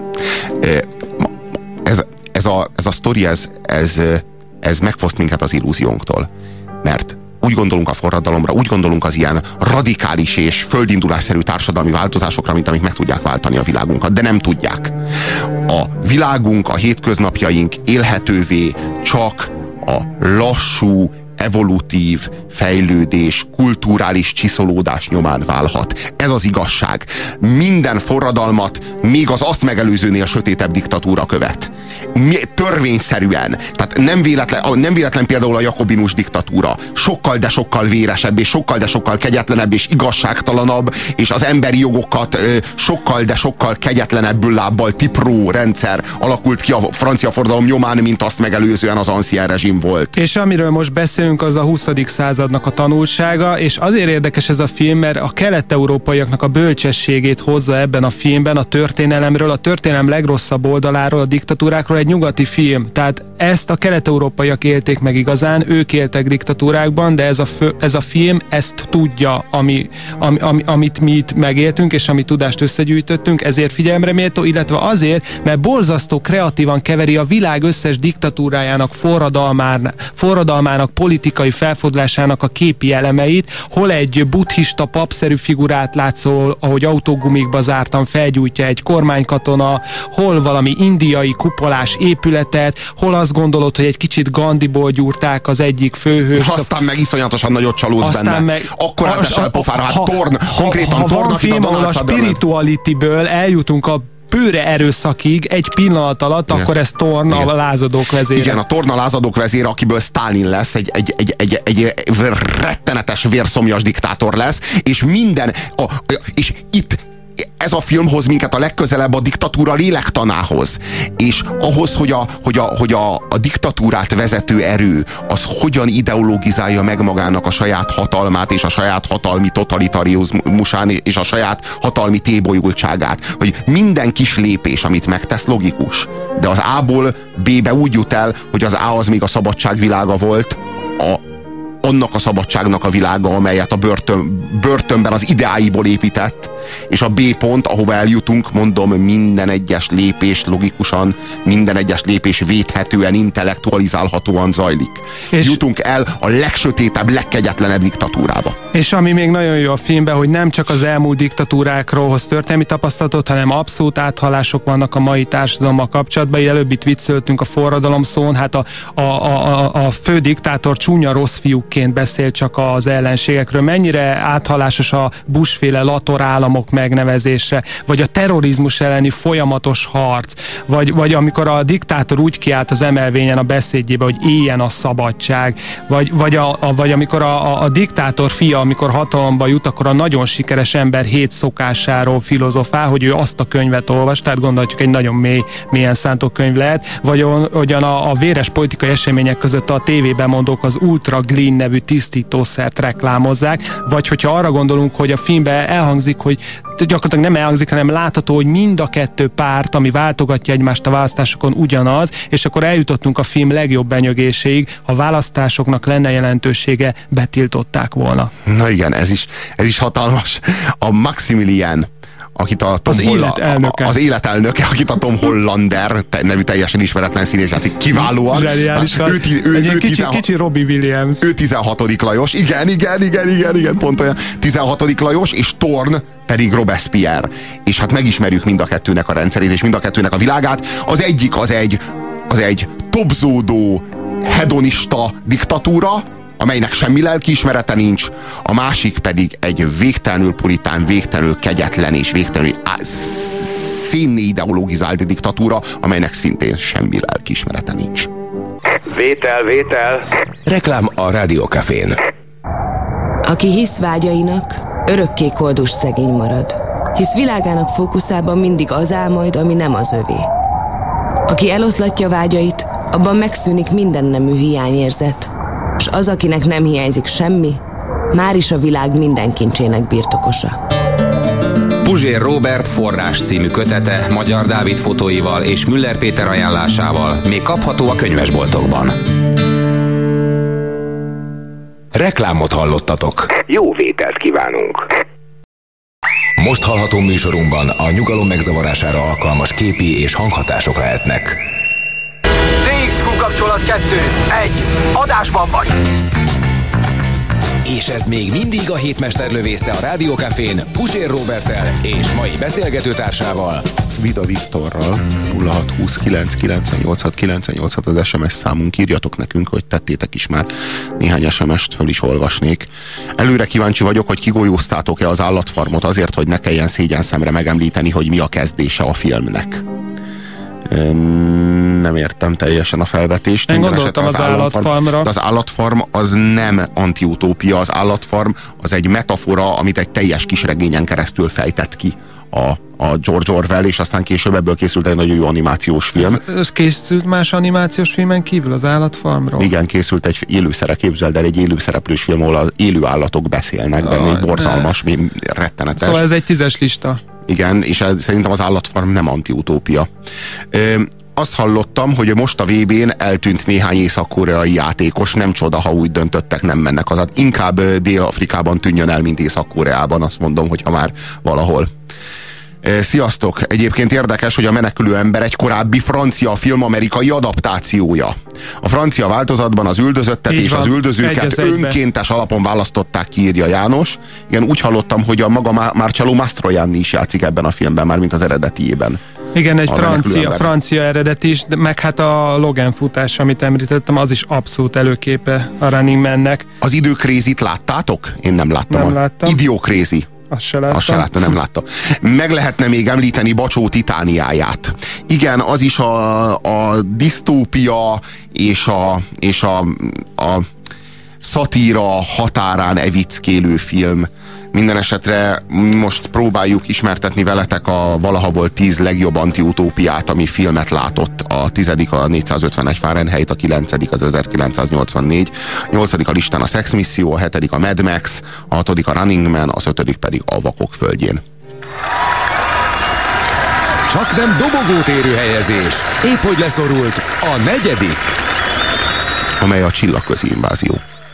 Ez a sztori, ez megfoszt minket az illúziónktól. Mert úgy gondolunk a forradalomra, úgy gondolunk az ilyen radikális és földindulásszerű társadalmi változásokra, mint amik meg tudják váltani a világunkat, de nem tudják. A világunk, a hétköznapjaink élhetővé csak a lassú, evolutív fejlődés, kulturális csiszolódás nyomán válhat. Ez az igazság. Minden forradalmat még az azt megelőzőnél sötétebb diktatúra követ. Törvényszerűen. Tehát nem véletlen például a jakobinus diktatúra. Sokkal, de sokkal véresebb, és sokkal, de sokkal kegyetlenebb, és igazságtalanabb, és az emberi jogokat sokkal, de sokkal kegyetlenebbül lábbal tipró rendszer alakult ki a francia forradalom nyomán, mint azt megelőzően az ancien rezsim volt. És amiről most beszélünk, az a 20. századnak a tanulsága, és azért érdekes ez a film, mert a kelet-európaiaknak a bölcsességét hozza ebben a filmben a történelemről, a történelem legrosszabb oldaláról, a diktatúrákról egy nyugati film. Tehát ezt a kelet-európaiak élték meg igazán, ők éltek diktatúrákban, de ez a film ezt tudja, amit mi itt megéltünk, és ami tudást összegyűjtöttünk, ezért figyelemre méltó, illetve azért, mert borzasztó kreatívan keveri a világ összes diktatúrájának, forradalmának, politikai felfordulásának a képi elemeit, hol egy buddhista papszerű figurát látszol, ahogy autógumikba zártan felgyújtja egy kormánykatona, hol valami indiai kupolás épületet, hol azt gondolod, hogy egy kicsit Gandhiból gyúrták az egyik főhős. Aztán meg iszonyatosan nagyot csalódsz benne. Akkor esel pofára, hát konkrétan Torn, akit a Donald Sutherland. A spiritualityből eljutunk a bőre erőszakig egy pillanat alatt, igen. Akkor ez Torn a lázadók vezére. Igen, a Torn a lázadók vezére, akiből Sztálin lesz, egy rettenetes vérszomjas diktátor lesz, és és itt ez a film hoz minket a legközelebb a diktatúra lélektanához, és ahhoz, hogy a diktatúrát vezető erő az hogyan ideologizálja meg magának a saját hatalmát, és a saját hatalmi totalitarizmusán, és a saját hatalmi tébolyultságát, hogy minden kis lépés, amit megtesz, logikus, de az A-ból B-be úgy jut el, hogy az A az még a szabadság világa volt, annak a szabadságnak a világa, amelyet a börtönben az ideáiból épített, és a B pont, ahova eljutunk, mondom, minden egyes lépés logikusan, minden egyes lépés védhetően, intellektualizálhatóan zajlik. És jutunk el a legsötétebb, legkegyetlenebb diktatúrába. És ami még nagyon jó a filmben, hogy nem csak az elmúlt diktatúrákról hoz történelmi tapasztalatot, hanem abszolút áthallások vannak a mai társadalommal kapcsolatban. Előbb itt viccöltünk a forradalom szón, hát a fő diktátor csúnya rossz fiúkként beszél csak az ellenségekről. Mennyire áthallásos a Bush-féle Lator államok megnevezése, vagy a terrorizmus elleni folyamatos harc, vagy amikor a diktátor úgy kiállt az emelvényen a beszédjébe, hogy éljen a szabadság, vagy amikor a diktátor fia, amikor hatalomba jut, akkor a nagyon sikeres ember 7 szokásáról filozofál, hogy ő azt a könyvet olvas, tehát gondolhatjuk egy nagyon mélyen szántó könyv lehet, vagy hogyan a véres politikai események között a tévébemondók az Ultra Glyn nevű tisztítószert reklámozzák, vagy hogyha arra gondolunk, hogy a filmben elhangzik, hogy gyakorlatilag nem elhangzik, hanem látható, hogy mind a kettő párt, ami váltogatja egymást a választásokon, ugyanaz, és akkor eljutottunk a film legjobb benyögéséig, ha választásoknak lenne jelentősége, betiltották volna. Na igen, ez is hatalmas. A Maximilian, akit a Tom az életelnöke, akit a Tom Hollander nevű teljesen ismeretlen színész játszik kiválóan. Kicsi Robbie Williams. Ő 16. Lajos, igen, pont olyan. 16. Lajos, és Torn pedig Robespierre. És hát megismerjük mind a kettőnek a rendszerét, és mind a kettőnek a világát. Az egyik az egy tobzódó, hedonista diktatúra, amelynek semmi lelkiismerete nincs, a másik pedig egy végtelenül puritán, végtelenül kegyetlen és végtelenül szénné ideologizált diktatúra, amelynek szintén semmi lelkiismerete nincs. Vétel. Reklám a Rádiókafén. Aki hisz vágyainak, örökké koldus szegény marad. Hisz világának fókuszában mindig az áll majd, ami nem az övé. Aki eloszlatja vágyait, abban megszűnik minden nemű hiányérzet. És az, akinek nem hiányzik semmi, máris a világ minden kincsének birtokosa. Puzsér Róbert Forrás című kötete Magyar Dávid fotóival és Müller Péter ajánlásával még kapható a könyvesboltokban. Reklámot hallottatok. Jó vételt kívánunk. Most hallható műsorunkban a nyugalom megzavarására alkalmas képi és hanghatások lehetnek. DXQ kapcsolat 2. 1. Adásban vagy. És ez még mindig a hétmesterlövésze a Rádiókafén Puzsér Róberttel és mai beszélgetőtársával, Vida Viktorral. 0629986986 az SMS számunk, írjatok nekünk, hogy tettétek is már, néhány SMS-t föl is olvasnék. Előre kíváncsi vagyok, hogy kigolyóztátok-e az Állatfarmot azért, hogy ne kelljen szégyenszemre megemlíteni, hogy mi a kezdése a filmnek. Nem értem teljesen a felvetést. Én gondoltam az Állatfarmra. De az Állatfarm az nem antiutópia, az Állatfarm az egy metafora, amit egy teljes kisregényen keresztül fejtett ki a George Orwell, és aztán később ebből készült egy nagyon jó animációs film. Ez készült más animációs filmen kívül az Állatfarmról? Igen, készült egy képzeld el, egy élőszereplős film, ahol az élő állatok beszélnek benne, egy borzalmas, rettenetes. Szóval ez egy 10-es lista. Igen, és szerintem az Állatfarm nem antiutópia. Azt hallottam, hogy most a VB-n eltűnt néhány észak-koreai játékos, nem csoda, ha úgy döntöttek, nem mennek haza. Inkább Dél-Afrikában tűnjön el, mint Észak-Koreában, azt mondom, hogyha már valahol. Sziasztok! Egyébként érdekes, hogy a menekülő ember egy korábbi francia film amerikai adaptációja. A francia változatban az üldözöttet és az üldözőket önkéntes alapon választották ki, írja János. Igen, úgy hallottam, hogy a maga Marcello Mastroianni is játszik ebben a filmben, már mint az eredetiében. Igen, egy francia eredet is, meg hát a Logan futás, amit említettem, az is abszolút előképe a Running Man-nek. Az Időkrézit láttátok? Én nem láttam. Nem láttam. Idiokrézi. Azt se láttam. Nem láttam. Meg lehetne még említeni Bacsó Titániáját. Igen, az is a disztópia és a szatíra határán evickélő film. Minden esetre most próbáljuk ismertetni veletek a valaha volt 10 legjobb antiutópiát, ami filmet látott. A 10. a 451 Fahrenheit, a 9. az 1984, 8. a listán a Sex Misszió, a 7. a Mad Max, a 6. a Running Man, az 5. pedig a Vakok földjén. Csak nem dobogótérő helyezés, épp hogy leszorult a 4., amely a Csillagközi invázió.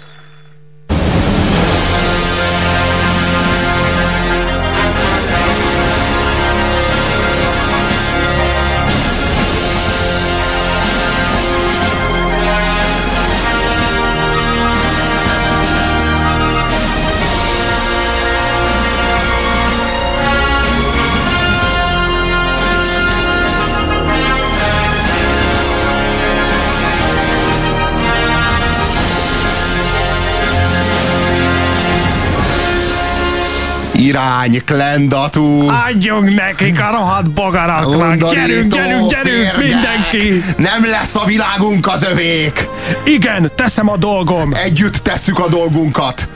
Irány, Klendatú! Adjunk nekik a rohadt bogaraknak! Gyerünk, mindenki! Nem lesz a világunk az övék! Igen, teszem a dolgom! Együtt tesszük a dolgunkat!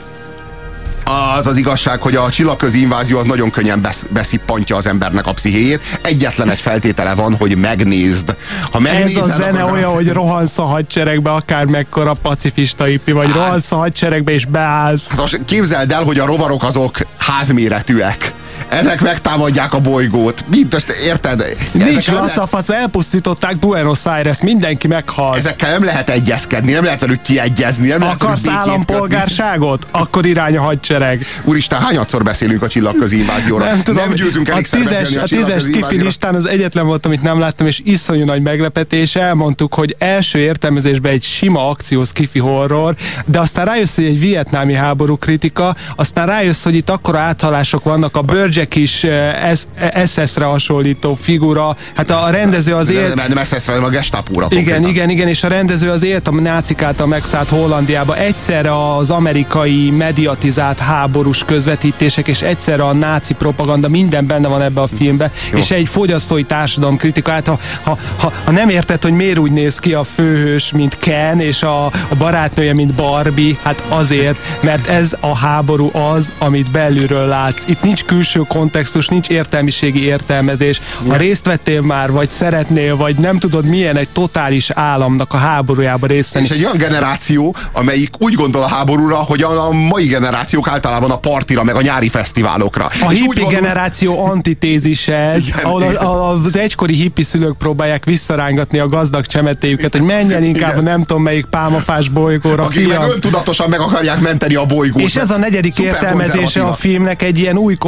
Az az igazság, hogy a Csillagközi invázió az nagyon könnyen beszippantja az embernek a pszichéjét. Egyetlen egy feltétele van, hogy megnézd. Ha ez a zene olyan, hogy rohansz a hadseregbe, akár mekkora pacifista hippi, vagy rohansz a hadseregbe és beállsz. Hát most képzeld el, hogy a rovarok azok házméretűek. Ezek megtámadják a bolygót. Most érted? Nincs lacafac, elpusztították Buenos Aires, mindenki meghal. Ezekkel nem lehet egyezkedni, nem lehet velük kiegyezni. Nem akarsz állampolgárságot? Akkor irány a hadsereg. Úristen, hányadszor beszélünk a Csillagközi invázióra? Nem győzünk elégszer beszélni a Csillagközi invázióra. A 10-es listán az egyetlen volt, amit nem láttam, és iszonyú nagy meglepetés. Elmondtuk, hogy első értelmezésben egy sima akció skifi horror, de aztán rájössz, hogy egy vietnámi háború kritika, aztán rájössz, hogy itt akkora áthalások vannak, a Börgyek is SS-re hasonlító figura, hát a rendező az élt... Nem SS-re, hanem a Gestapóra. Igen, és a rendező az élt a nácik által megszállt Hollandiába, egyszerre az amerikai mediatizált háborús közvetítések, és egyszerre a náci propaganda, minden benne van ebbe a filmbe, és egy fogyasztói társadalom kritika. Hát, ha nem érted, hogy miért úgy néz ki a főhős, mint Ken, és a barátnője, mint Barbie, hát azért, mert ez a háború az, amit belülről látsz. Itt nincs külső kontextus, nincs értelmiségi értelmezés. Ha részt vettél már, vagy szeretnél, vagy nem tudod milyen egy totális államnak a háborújába részt venni. És egy olyan generáció, amelyik úgy gondol a háborúra, hogy a mai generációk általában a partira, meg a nyári fesztiválokra. A hippi generáció antitézis ez, ahol az egykori hippi szülők próbálják visszarángatni a gazdag csemetéjüket, hogy menjen inkább a nem tudom melyik pálmafás bolygóra. Akik meg öntudatosan meg akarják menteni a bolygót. És ez a negyedik értelmezése a filmnek egy ilyen új konzervatív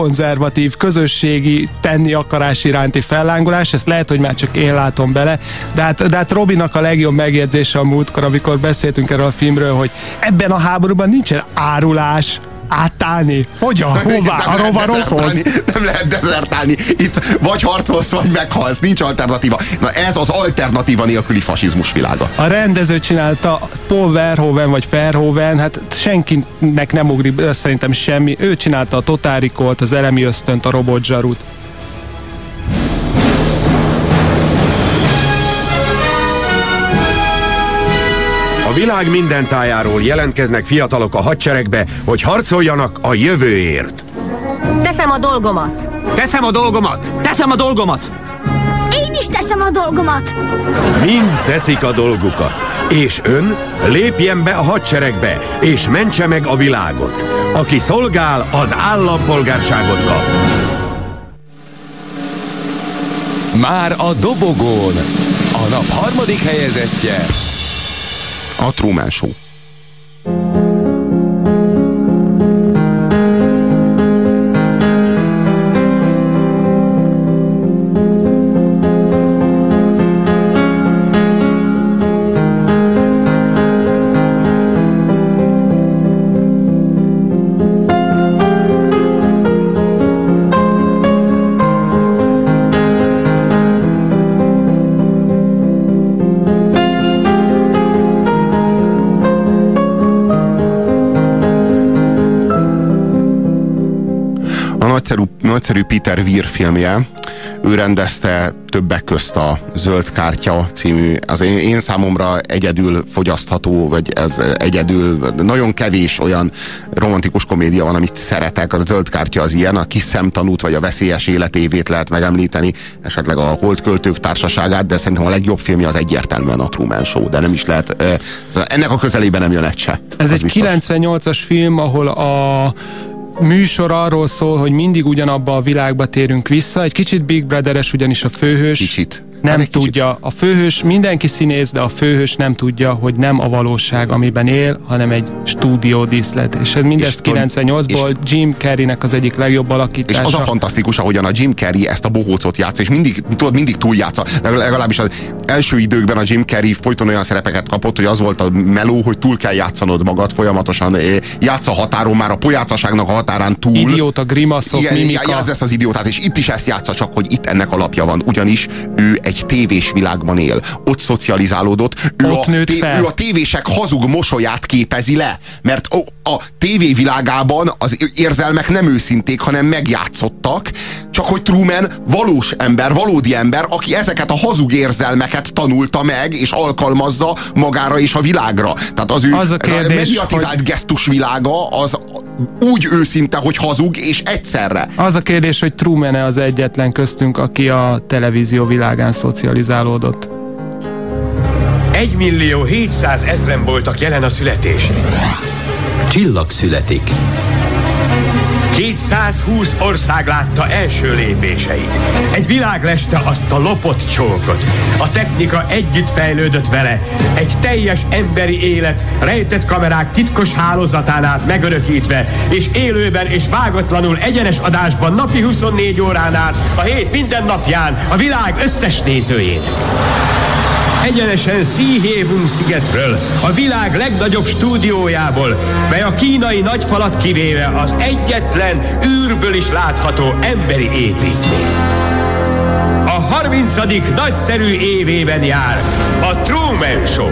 konzervatív, közösségi tenni akarás iránti fellángolás, ezt lehet, hogy már csak én látom bele, de hát Robinak a legjobb megjegyzése a múltkor, amikor beszéltünk erről a filmről, hogy ebben a háborúban nincsen árulás, átállni. Hogyan? Hová? A rovarokhoz? Nem lehet dezertálni. Itt vagy harcolsz, vagy meghalsz. Nincs alternatíva. Na ez az alternatíva nélküli fasizmus világa. A rendező csinálta, Paul Verhoeven vagy Verhoeven, hát senkinek nem ugrik szerintem semmi. Ő csinálta a Total Recall-t, az Elemi Ösztönt, a Robot Zsarut. A világ minden tájáról jelentkeznek fiatalok a hadseregbe, hogy harcoljanak a jövőért. Teszem a dolgomat! Teszem a dolgomat! Teszem a dolgomat! Én is teszem a dolgomat! Mind teszik a dolgukat. És ön lépjen be a hadseregbe, és mentse meg a világot. Aki szolgál, az állampolgárságot kap. Már a dobogón a nap harmadik helyezettje, a Truman Show. Nagyszerű Peter Weir filmje. Ő rendezte többek közt a Zöld Kártya című, az én számomra egyedül fogyasztható, vagy ez egyedül, nagyon kevés olyan romantikus komédia van, amit szeretek. A Zöld Kártya az ilyen, a Kis szemtanút vagy a Veszélyes életévét lehet megemlíteni, esetleg a Holdköltők társaságát, de szerintem a legjobb filmje az egyértelműen a Truman Show, de nem is lehet, ennek a közelében nem jön egy se. Ez egy 98-as film, ahol a műsor arról szól, hogy mindig ugyanabba a világba térünk vissza. Egy kicsit Big Brother-es, ugyanis a főhős nem tudja. A főhős, mindenki színész, de a főhős nem tudja, hogy nem a valóság, amiben él, hanem egy stúdiódíszlet. És ez mindez 98-ból Jim Carreynek az egyik legjobb alakítása. És az a fantasztikus, ahogyan a Jim Carrey ezt a bohócot játsz, és mindig túljátsza. Legalábbis az első időkben a Jim Carrey folyton olyan szerepeket kapott, hogy az volt a meló, hogy túl kell játszanod magad, folyamatosan játsz a határon, már a pojácaságnak a határán túl. Idióta, grimaszok, mimika. Játsz ezt az idiótát, és itt is ezt játsza, csak hogy itt ennek alapja van. Ugyanis ő egy tévés világban él. Ott szocializálódott. Ő a tévések hazug mosolyát képezi le. Mert a tévévilágában az érzelmek nem őszinték, hanem megjátszottak. Csak hogy Truman valós ember, valódi ember, aki ezeket a hazug érzelmeket tanulta meg, és alkalmazza magára és a világra. Tehát az ő az a mediatizált gesztus világa az úgy őszinte, hogy hazug, és egyszerre. Az a kérdés, hogy Truman-e az egyetlen köztünk, aki a televízió világán szocializálódott. 1.700.000 voltak jelen a születésén. Csillag születik. 220 ország látta első lépéseit. Egy világ leste azt a lopott csókot. A technika együtt fejlődött vele. Egy teljes emberi élet, rejtett kamerák titkos hálózatán át megörökítve, és élőben és vágatlanul egyenes adásban napi 24 órán át, a hét minden napján a világ összes nézőjének. Egyenesen Sea-Haven szigetről, a világ legnagyobb stúdiójából, mely a kínai nagyfalat kivéve az egyetlen űrből is látható emberi építmény. A 30. nagyszerű évében jár a Truman Show.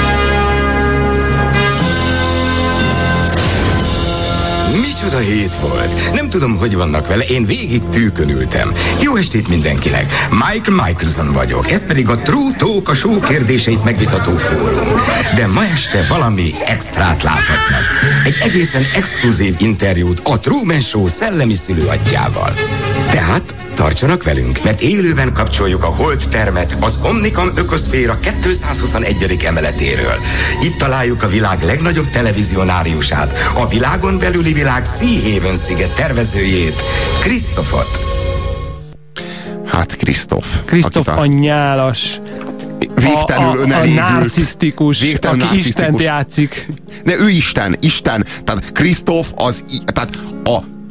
Micsoda hét volt. Nem tudom, hogy vannak vele, én végig tűkön ültem. Jó estét mindenkinek. Michael Michelson vagyok, ez pedig a True Talk, a show kérdéseit megvitató fórum. De ma este valami extrát láthatnak. Egy egészen exkluzív interjút a Truman Show szellemi szülőatyjával. Tehát tartsanak velünk, mert élőben kapcsoljuk a Hold termet az Omnicom ökoszféra 221. emeletéről. Itt találjuk a világ legnagyobb televizionáriusát, a világon belüli világ Sea-Haven sziget tervezőjét, Krisztofot. Hát Krisztof a nyálas, végtelenül önelégült, a narcisztikus, aki Istent játszik. De ő Isten. Tehát Krisztof tehát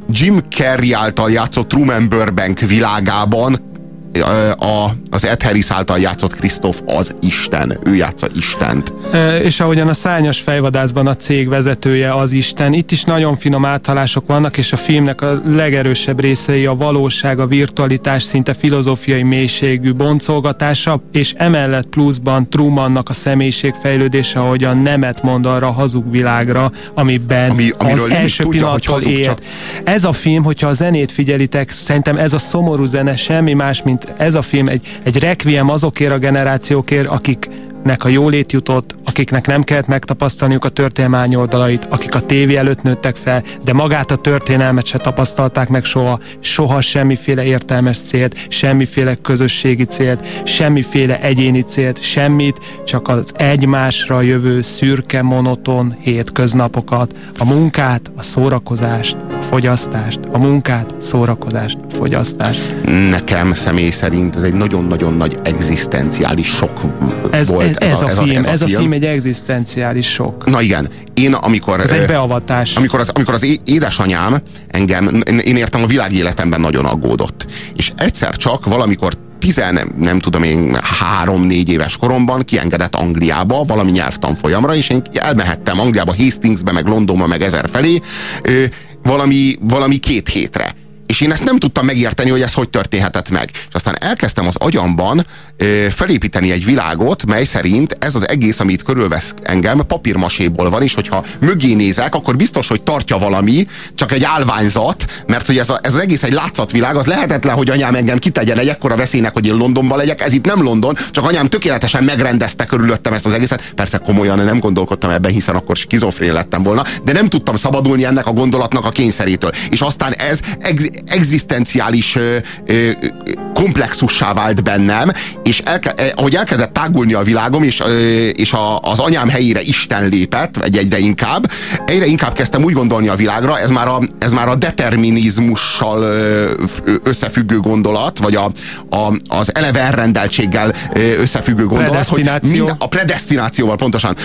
Jim Carrey által játszott Truman Burbank világában az Ed Harris által játszott Krisztóf az Isten. Ő játsza Istent. És ahogyan a Szárnyas fejvadászban a cég vezetője az Isten, itt is nagyon finom áthalások vannak, és a filmnek a legerősebb részei a valóság, a virtualitás, szinte filozófiai mélységű boncolgatása, és emellett pluszban Trumannak a személyiségfejlődése, ahogyan nemet mond arra a hazug világra, amiben az első pillanattól élt. Ez a film, hogyha a zenét figyelitek, szerintem ez a szomorú zene semmi más, mint ez a film egy requiem azokért a generációkért, akiknek a jólét jutott, akiknek nem kellett megtapasztalniuk a történelem árnyoldalait, akik a tévé előtt nőttek fel, de magát a történelmet se tapasztalták meg soha semmiféle értelmes célt, semmiféle közösségi célt, semmiféle egyéni célt, semmit, csak az egymásra jövő szürke, monoton hétköznapokat, a munkát, a szórakozást, a fogyasztást, a munkát, szórakozást, fogyasztást. Nekem személy szerint ez egy nagyon-nagyon nagy egzisztenciális sok volt. Ez a film egy egzisztenciális sok. Na igen, ez egy beavatás. Amikor az édesanyám én értem a világéletemben nagyon aggódott. És egyszer csak valamikor 3-4 éves koromban kiengedett Angliába valami nyelvtanfolyamra, és én elmehettem Angliába, Hastingsbe, meg Londonba, meg ezerfelé valami 2 hétre. És én ezt nem tudtam megérteni, hogy ez hogy történhetett meg. És aztán elkezdtem az agyamban felépíteni egy világot, mely szerint ez az egész, amit körülvesz engem, papírmaséból van, és hogyha mögé nézek, akkor biztos, hogy tartja valami, csak egy állványzat, mert hogy ez az egész egy látszatvilág, az lehetetlen, hogy anyám engem kitegyen egy ekkora veszélynek, hogy én Londonban legyek. Ez itt nem London, csak anyám tökéletesen megrendezte körülöttem ezt az egészet. Persze komolyan nem gondolkodtam ebben, hiszen akkor skizofrén lettem volna, de nem tudtam szabadulni ennek a gondolatnak a kényszerétől. És aztán ez egzisztenciális komplexussá vált bennem, és ahogy elkezdett tágulni a világom, és az anyám helyére Isten lépett, egyre inkább kezdtem úgy gondolni a világra, ez már a determinizmussal összefüggő gondolat, vagy az eleve elrendeltséggel összefüggő gondolat, hogy a predesztinációval pontosan.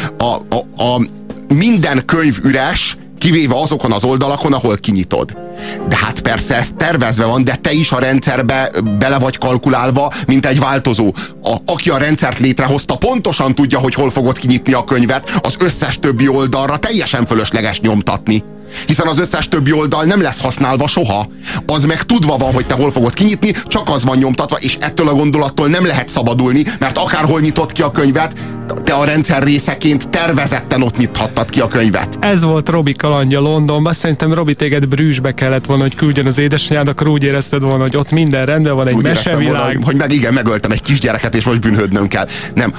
Minden könyv üres, kivéve azokon az oldalakon, ahol kinyitod. De hát persze ez tervezve van, de te is a rendszerbe bele vagy kalkulálva, mint egy változó. Aki a rendszert létrehozta, pontosan tudja, hogy hol fogod kinyitni a könyvet, az összes többi oldalra teljesen fölösleges nyomtatni. Hiszen az összes többi oldal nem lesz használva soha. Az meg tudva van, hogy te hol fogod kinyitni, csak az van nyomtatva, és ettől a gondolattól nem lehet szabadulni, mert akárhol nyitott ki a könyvet, te a rendszer részeként tervezetten ott nyithattad ki a könyvet. Ez volt Robi kalandja Londonban. Szerintem Robi, téged Brüsszbe kellett volna, hogy küldjön az édesanyád, akkor úgy érezted volna, hogy ott minden rendben van, egy mesevilág. Hogy megöltem egy kisgyereket, és most bűnhődnöm kell. Nem,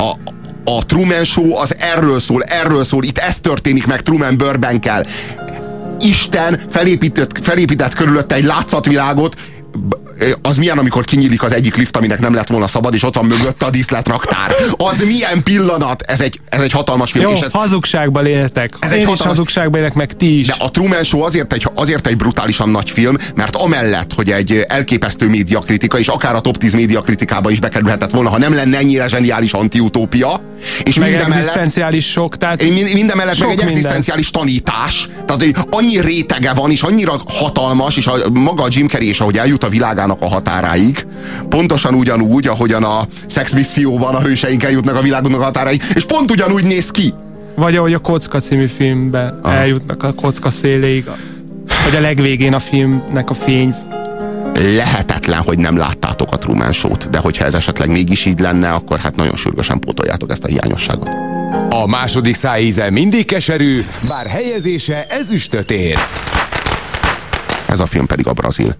a Truman Show az erről szól, itt ez történik meg Truman Burbankkel. Isten felépített körülötte egy látszatvilágot. Az milyen, amikor kinyílik az egyik lift, aminek nem lett volna szabad, és ott van mögötte a díszletraktár. Az milyen pillanat? Ez egy hatalmas film. Jó, és hazugságban éltek. Én is hazugságban élek, meg ti is. De a Truman Show azért egy brutálisan nagy film, mert amellett, hogy egy elképesztő médiakritika, és akár a top 10 médiakritikába is bekerülhetett volna, ha nem lenne ennyire zseniális antiutópia, és meg egzisztenciális sok, tehát mindemellett meg egy egzisztenciális tanítás. Tehát, hogy annyi rétege van, és annyira hatalmas, és maga a Jim Carrey, és ahogy eljut a világának a határáig, pontosan ugyanúgy, ahogyan a Sex Misszióban a hőseink eljutnak a világunknak a határáig, és pont ugyanúgy néz ki. Vagy ahogy a Kocka című filmben eljutnak a kocka széléig, vagy a legvégén a filmnek a fény. Lehetetlen, hogy nem láttátok a Truman Show-t, de hogyha ez esetleg mégis így lenne, akkor hát nagyon sürgősen pótoljátok ezt a hiányosságot. A második szájíze mindig keserű, bár helyezése ezüstöt ér. Ez a film pedig a Brazil.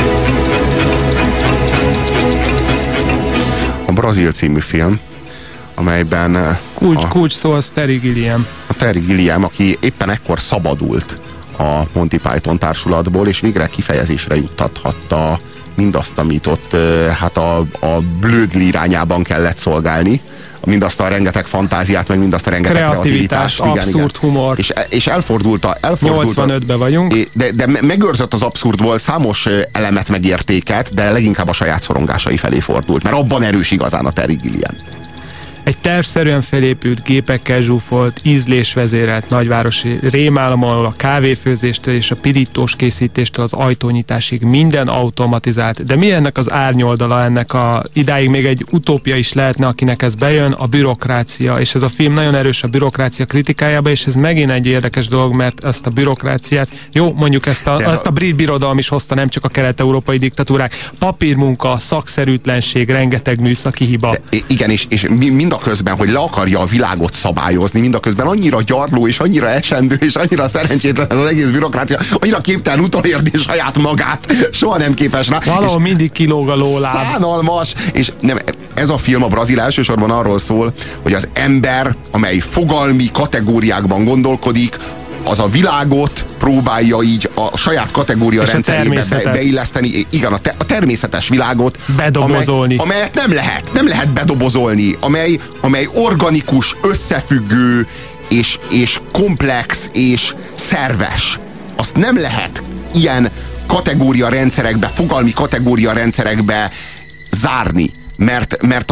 Brazil című film, amelyben kulcs szó az Terry Gilliam. A Terry Gilliam, aki éppen ekkor szabadult a Monty Python társulatból, és végre kifejezésre juttathatta mindazt, amit ott hát a blödli irányában kellett szolgálni, mindazt a rengeteg fantáziát, meg mindazt a rengeteg kreativitást, abszurd humor. És elfordult 85-ben vagyunk. De megőrzött az abszurdból, számos elemet megértékelt, de leginkább a saját szorongásai felé fordult, mert abban erős igazán a Terry Gilliam. Egy tervszerűen felépült, gépekkel zsúfolt, ízlésvezérelt nagyvárosi rémálom, ahol a kávéfőzéstől és a pirítós készítéstől az ajtónyitásig minden automatizált. De mi ennek az árnyoldala, idáig még egy utópia is lehetne, akinek ez bejön, a bürokrácia, és ez a film nagyon erős a bürokrácia kritikájába, és ez megint egy érdekes dolog, mert ezt a bürokráciát, jó, mondjuk ezt a brit birodalom is hozta, nem csak a kelet-európai diktatúrák, papírmunka, szakszerűtlenség, rengeteg műszaki hiba. Igen, és mindaközben, hogy le akarja a világot szabályozni, mindaközben annyira gyarló, és annyira esendő, és annyira szerencsétlen ez az egész bürokrácia, annyira képtelen utolérni saját magát, soha nem képes rá. Valahol mindig kilóg a lóláb. Szánalmas, és nem, ez a film, a Brazil elsősorban arról szól, hogy az ember, amely fogalmi kategóriákban gondolkodik, az a világot próbálja így a saját kategória rendszerébe beilleszteni. Igen, a természetes világot bedobozolni. Amelyet nem lehet bedobozolni, amely organikus, összefüggő, és komplex, és szerves. Azt nem lehet ilyen kategóriarendszerekbe, fogalmi kategóriarendszerekbe zárni, mert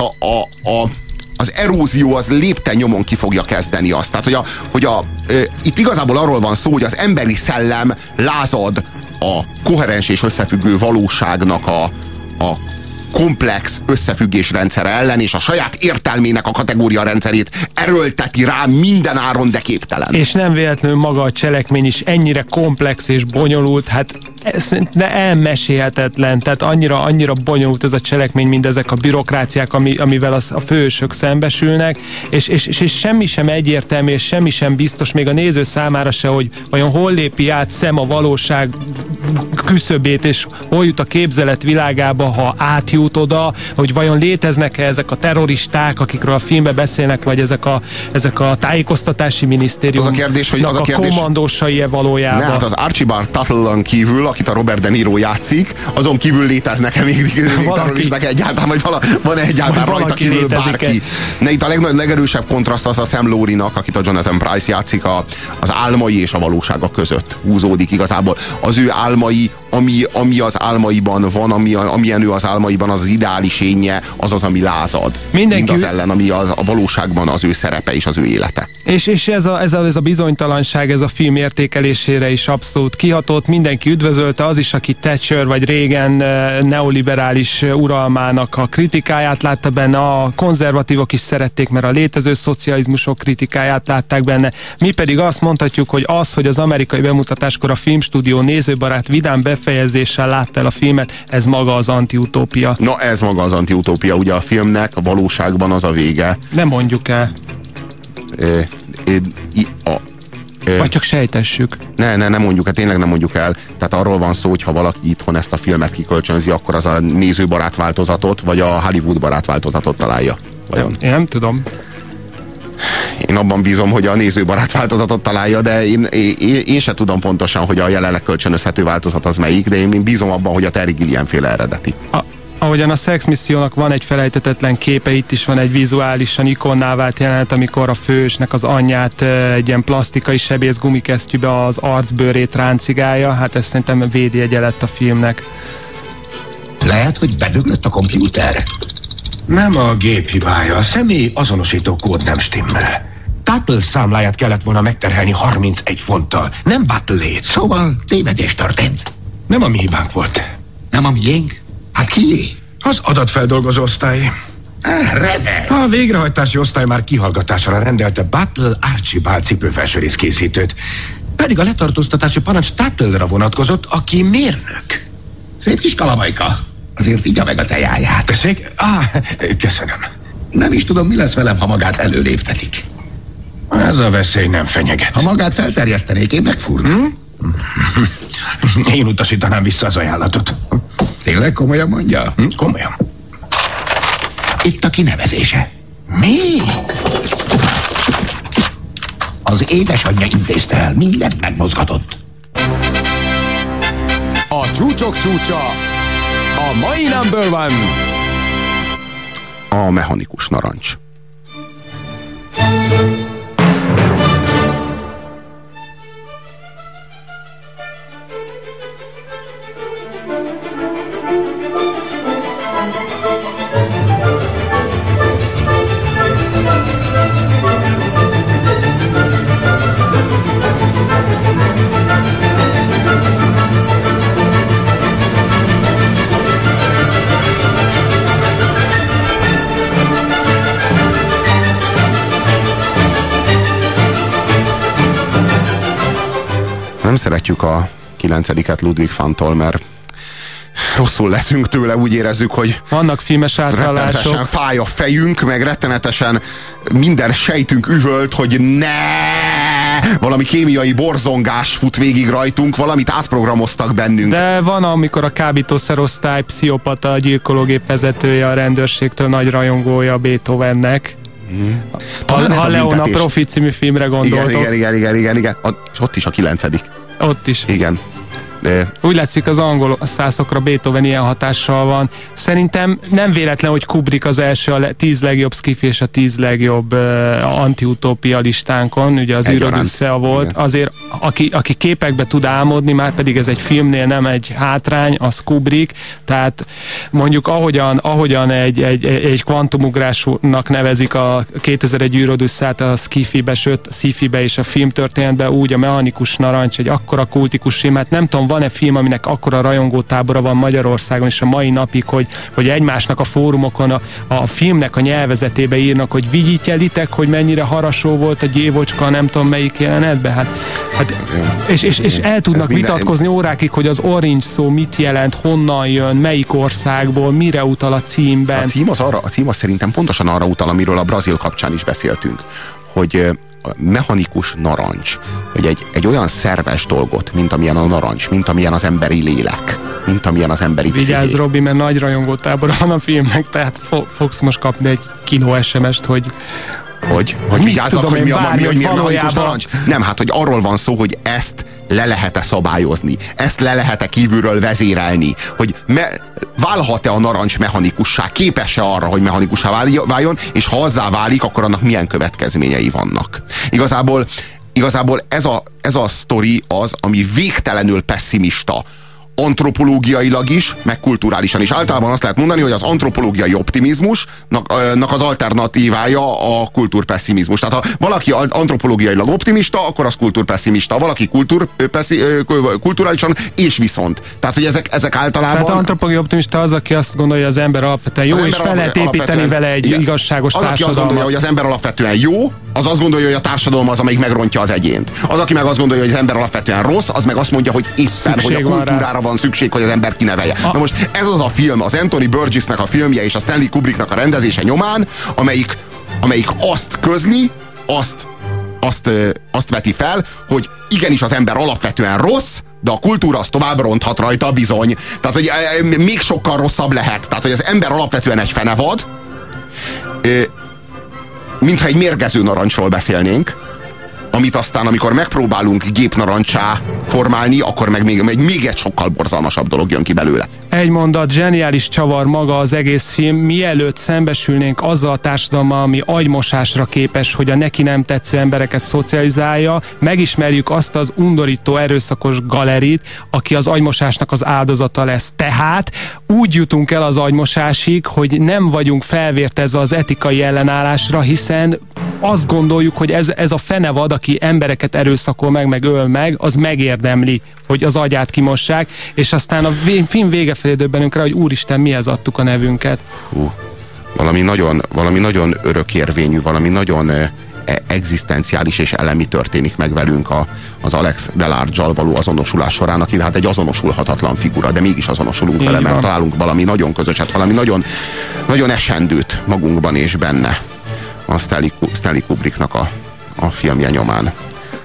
az erózió az lépten nyomon ki fogja kezdeni azt. Tehát, itt igazából arról van szó, hogy az emberi szellem lázad a koherens és összefüggő valóságnak a komplex összefüggésrendszere ellen, és a saját értelmének a kategória rendszerét erőlteti rá minden áron, de képtelen. És nem véletlenül maga a cselekmény is ennyire komplex és bonyolult, hát elmesélhetetlen, tehát annyira bonyolult ez a cselekmény, mint ezek a bürokráciák, amivel a főhősök szembesülnek, és semmi sem egyértelmű, és semmi sem biztos, még a néző számára se, hogy vajon hol lépi át szem a valóság küszöbét, és hol jut a képzelet világába, ha átjut oda, hogy vajon léteznek-e ezek a terroristák, akikről a filmben beszélnek, vagy ezek a tájékoztatási minisztériumnak a kommandósai-e valójában. Ne, hát az Archibald Tuttle-on kívül, akit a Robert De Niro játszik, azon kívül léteznek-e még terroristák egyáltalán, vagy van-e egyáltalán rajta kívül bárki. Itt a legerősebb kontraszt az a Sam Laurie-nak, akit a Jonathan Pryce játszik, az álmai és a valósága között húzódik igazából. Az ő álmai, ami az álmaiban van, amilyen ő az álmaiban, az ideális énje, az, ami lázad. Mindaz ellen, ami a valóságban az ő szerepe és az ő élete. És ez a bizonytalanság, ez a film értékelésére is abszolút kihatott. Mindenki üdvözölte, az is, aki Thatcher vagy Reagan neoliberális uralmának a kritikáját látta benne, a konzervatívok is szerették, mert a létező szocializmusok kritikáját látták benne. Mi pedig azt mondhatjuk, hogy hogy az amerikai bemutatáskor a filmstúdió nézőbarát vidám befejezéssel látta el a filmet, ez maga az antiutópia. Na, ez maga az antiutópia, ugye a filmnek a valóságban az a vége. Nem mondjuk el. Vagy csak sejtessük. Nem mondjuk el, tényleg nem mondjuk el. Tehát arról van szó, hogy ha valaki itthon ezt a filmet kikölcsönzi, akkor az a nézőbarát változatot, vagy a Hollywood barát változatot találja. Vajon? Én nem tudom. Én abban bízom, hogy a nézőbarát változatot találja, de én se tudom pontosan, hogy a jelenleg kölcsönözhető változat az melyik, de én bízom abban, hogy a Terry Gilliam féle eredeti. Ahogyan a Sex Missziónak van egy felejthetetlen képe, itt is van egy vizuálisan ikonná vált jelenet, amikor a főhősnek az anyját egy ilyen plastikai sebész gumikesztyűbe az arcbőrét ráncigálja, hát ez szerintem védjegye lett a filmnek. Lehet, hogy bedöglött a kompjúter? Nem a gép hibája, a személy azonosító kód nem stimmel. Tuttle számláját kellett volna megterhelni 31 fonttal, nem Battle-ét. Szóval tévedés történt. Nem a mi hibánk volt. Nem a miénk? Hát kié? Az adatfeldolgozó osztály. Remek! A végrehajtási osztály már kihallgatásra rendelte Battle Archibald cipőfelsőrész készítőt. Pedig a letartóztatási parancs Tuttle-ra vonatkozott, aki mérnök. Szép kis kalamajka. Azért igya meg a tejáját. Tessék? Köszönöm. Nem is tudom, mi lesz velem, ha magát előléptetik. Ez a veszély nem fenyeget. Ha magát felterjesztenék, én megfúrnám. Én utasítanám vissza az ajánlatot. Tényleg komolyan mondja? Komolyan. Itt a kinevezése. Mi? Az édesanyja intézte el, mindent megmozgatott. A csúcsok csúcsa, a mai number one. A mechanikus narancs. Nem szeretjük a 9-et Ludwig van-tól, mert rosszul leszünk tőle, úgy érezzük, hogy vannak filmes átállások. Rettenetesen fáj a fejünk, meg rettenetesen minden sejtünk üvölt, hogy valami kémiai borzongás fut végig rajtunk, valamit átprogramoztak bennünk. De van, amikor a kábítószerosztály pszichopata, a gyilkológép vezetője, a rendőrségtől nagy rajongója Beethovennek. Ha Leon a Profi című filmre gondoltok. Igen. És ott is a 9. Ott is. Igen. Úgy látszik, az angol szászokra Beethoven ilyen hatással van. Szerintem nem véletlen, hogy Kubrick az első a 10 legjobb sci-fi és a 10 legjobb antiutópia listánkon. Ugye az űrodüsszea volt. Igen. Azért, aki képekbe tud álmodni, már pedig ez egy filmnél nem egy hátrány, az Kubrick. Tehát mondjuk ahogyan egy kvantumugrásnak nevezik a 2001 űrodüsszát a sci-fibe és a filmtörténetben, úgy a Mechanikus narancs egy akkora kultikus film, hát nem tudom, van-e film, aminek akkora rajongótábora van Magyarországon és a mai napig, hogy egymásnak a fórumokon a filmnek a nyelvezetébe írnak, hogy vigyítjelitek, hogy mennyire harasó volt a gyévocska, nem tudom melyik jelenetben. És el tudnak vitatkozni órákig, hogy az orange szó mit jelent, honnan jön, melyik országból, mire utal a címben. A cím az szerintem pontosan arra utal, amiről a Brazil kapcsán is beszéltünk, hogy a mechanikus narancs, hogy egy olyan szerves dolgot, mint amilyen a narancs, mint amilyen az emberi lélek, mint amilyen az emberi psziché. Vigyázz, Robi, mert nagy rajongótábora van a filmnek, tehát fogsz most kapni egy kiló SMS-t, hogy vigyázzak, hogy mi a mechanikus narancs? Nem, hát, hogy arról van szó, hogy ezt le lehet-e szabályozni, ezt le lehet-e kívülről vezérelni, hogy válhat-e a narancs mechanikussá, képes-e arra, hogy mechanikussá váljon, és ha azzá válik, akkor annak milyen következményei vannak. Igazából ez a sztori az, ami végtelenül pesszimista, antropológiailag is, meg kulturálisan is. Általában azt lehet mondani, hogy az antropológiai optimizmusnak az alternatívája a kultúrpesszimizmus. Tehát ha valaki antropológiailag optimista, akkor az kultúrpesszimista. Valaki kulturálisan és viszont. Tehát, hogy ezek általában... Tehát antropológiai optimista az, aki azt gondolja, hogy az ember alapvetően jó, és fel lehet építeni vele egy igazságos társadalmat. Az, aki azt gondolja, hogy az ember alapvetően jó, az azt gondolja, hogy a társadalom az, amelyik megrontja az egyént. Az, aki meg azt gondolja, hogy az ember alapvetően rossz, az meg azt mondja, hogy éppen, hogy a kultúrára van szükség, hogy az embert kinevelje. Na most ez az a film, az Anthony Burgessnek a filmje és a Stanley Kubricknak a rendezése nyomán, amelyik azt közli, azt veti fel, hogy igenis az ember alapvetően rossz, de a kultúra az tovább ronthat rajta bizony. Tehát, hogy még sokkal rosszabb lehet. Tehát, hogy az ember alapvetően egy fenevad, mintha egy mérgező narancsról beszélnénk, amit aztán, amikor megpróbálunk gépnarancsá formálni, akkor meg még egy sokkal borzalmasabb dolog jön ki belőle. Egy mondat, zseniális csavar maga az egész film, mielőtt szembesülnénk azzal a társadalommal, ami agymosásra képes, hogy a neki nem tetsző embereket szocializálja, megismerjük azt az undorító, erőszakos galerit, aki az agymosásnak az áldozata lesz. Tehát úgy jutunk el az agymosásig, hogy nem vagyunk felvértezve az etikai ellenállásra, hiszen azt gondoljuk, hogy ez a fenevad, aki embereket erőszakol meg öl meg, az megérdemli, hogy az agyát kimossák, és aztán a film vége felé döbbenünk rá, hogy úristen, mihez adtuk a nevünket. Valami nagyon örökérvényű, valami nagyon egzisztenciális és elemi történik meg velünk az Alex Delarge-al való azonosulás során, aki hát egy azonosulhatatlan figura, de mégis azonosulunk vele, mert találunk valami nagyon közöset, valami nagyon esendőt magunkban és benne a Stanley Kubricknak a filmje nyomán.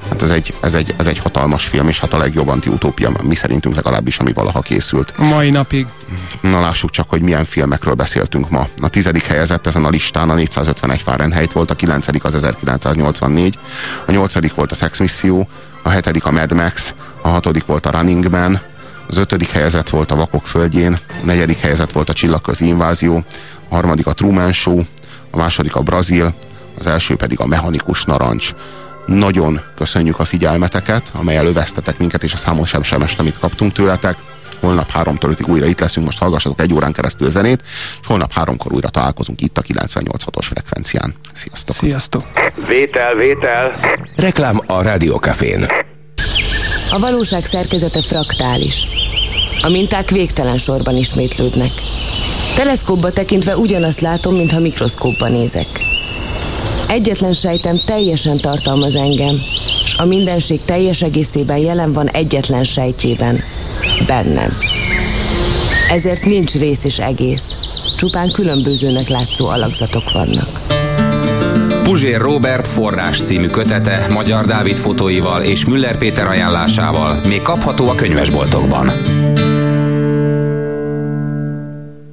Hát ez egy hatalmas film, és hát a legjobb antiutópia, mi szerintünk legalábbis, ami valaha készült. Mai napig. Na lássuk csak, hogy milyen filmekről beszéltünk ma. A 10. helyezett ezen a listán a 451 Fahrenheit volt, a 9. az 1984, a 8. volt a Sex Misszió, a 7. a Mad Max, a 6. volt a Running Man, az 5. helyezett volt a Vakok földjén, a 4. helyezett volt a Csillagközi invázió, a 3. a Truman Show, a 2. a Brazil, az első pedig a Mechanikus narancs. Nagyon köszönjük a figyelmeteket, amelyel öveztetek minket, és a számos SMS-t, amit kaptunk tőletek. Holnap 3-tól 5-ig újra itt leszünk, most hallgassatok 1 órán keresztül zenét, és holnap 3-kor újra találkozunk itt a 98.6-os frekvencián. Sziasztok! Sziasztok! Vétel! Reklám a Rádiókafén. A valóság szerkezete fraktális. A minták végtelen sorban ismétlődnek. Teleszkópba tekintve ugyanazt látom, mintha mikroszkópba nézek. Egyetlen sejtem teljesen tartalmaz engem, és a mindenség teljes egészében jelen van egyetlen sejtjében, bennem. Ezért nincs rész és egész, csupán különbözőnek látszó alakzatok vannak. Puzsér Róbert forrás című kötete Magyar Dávid fotóival és Müller Péter ajánlásával még kapható a könyvesboltokban.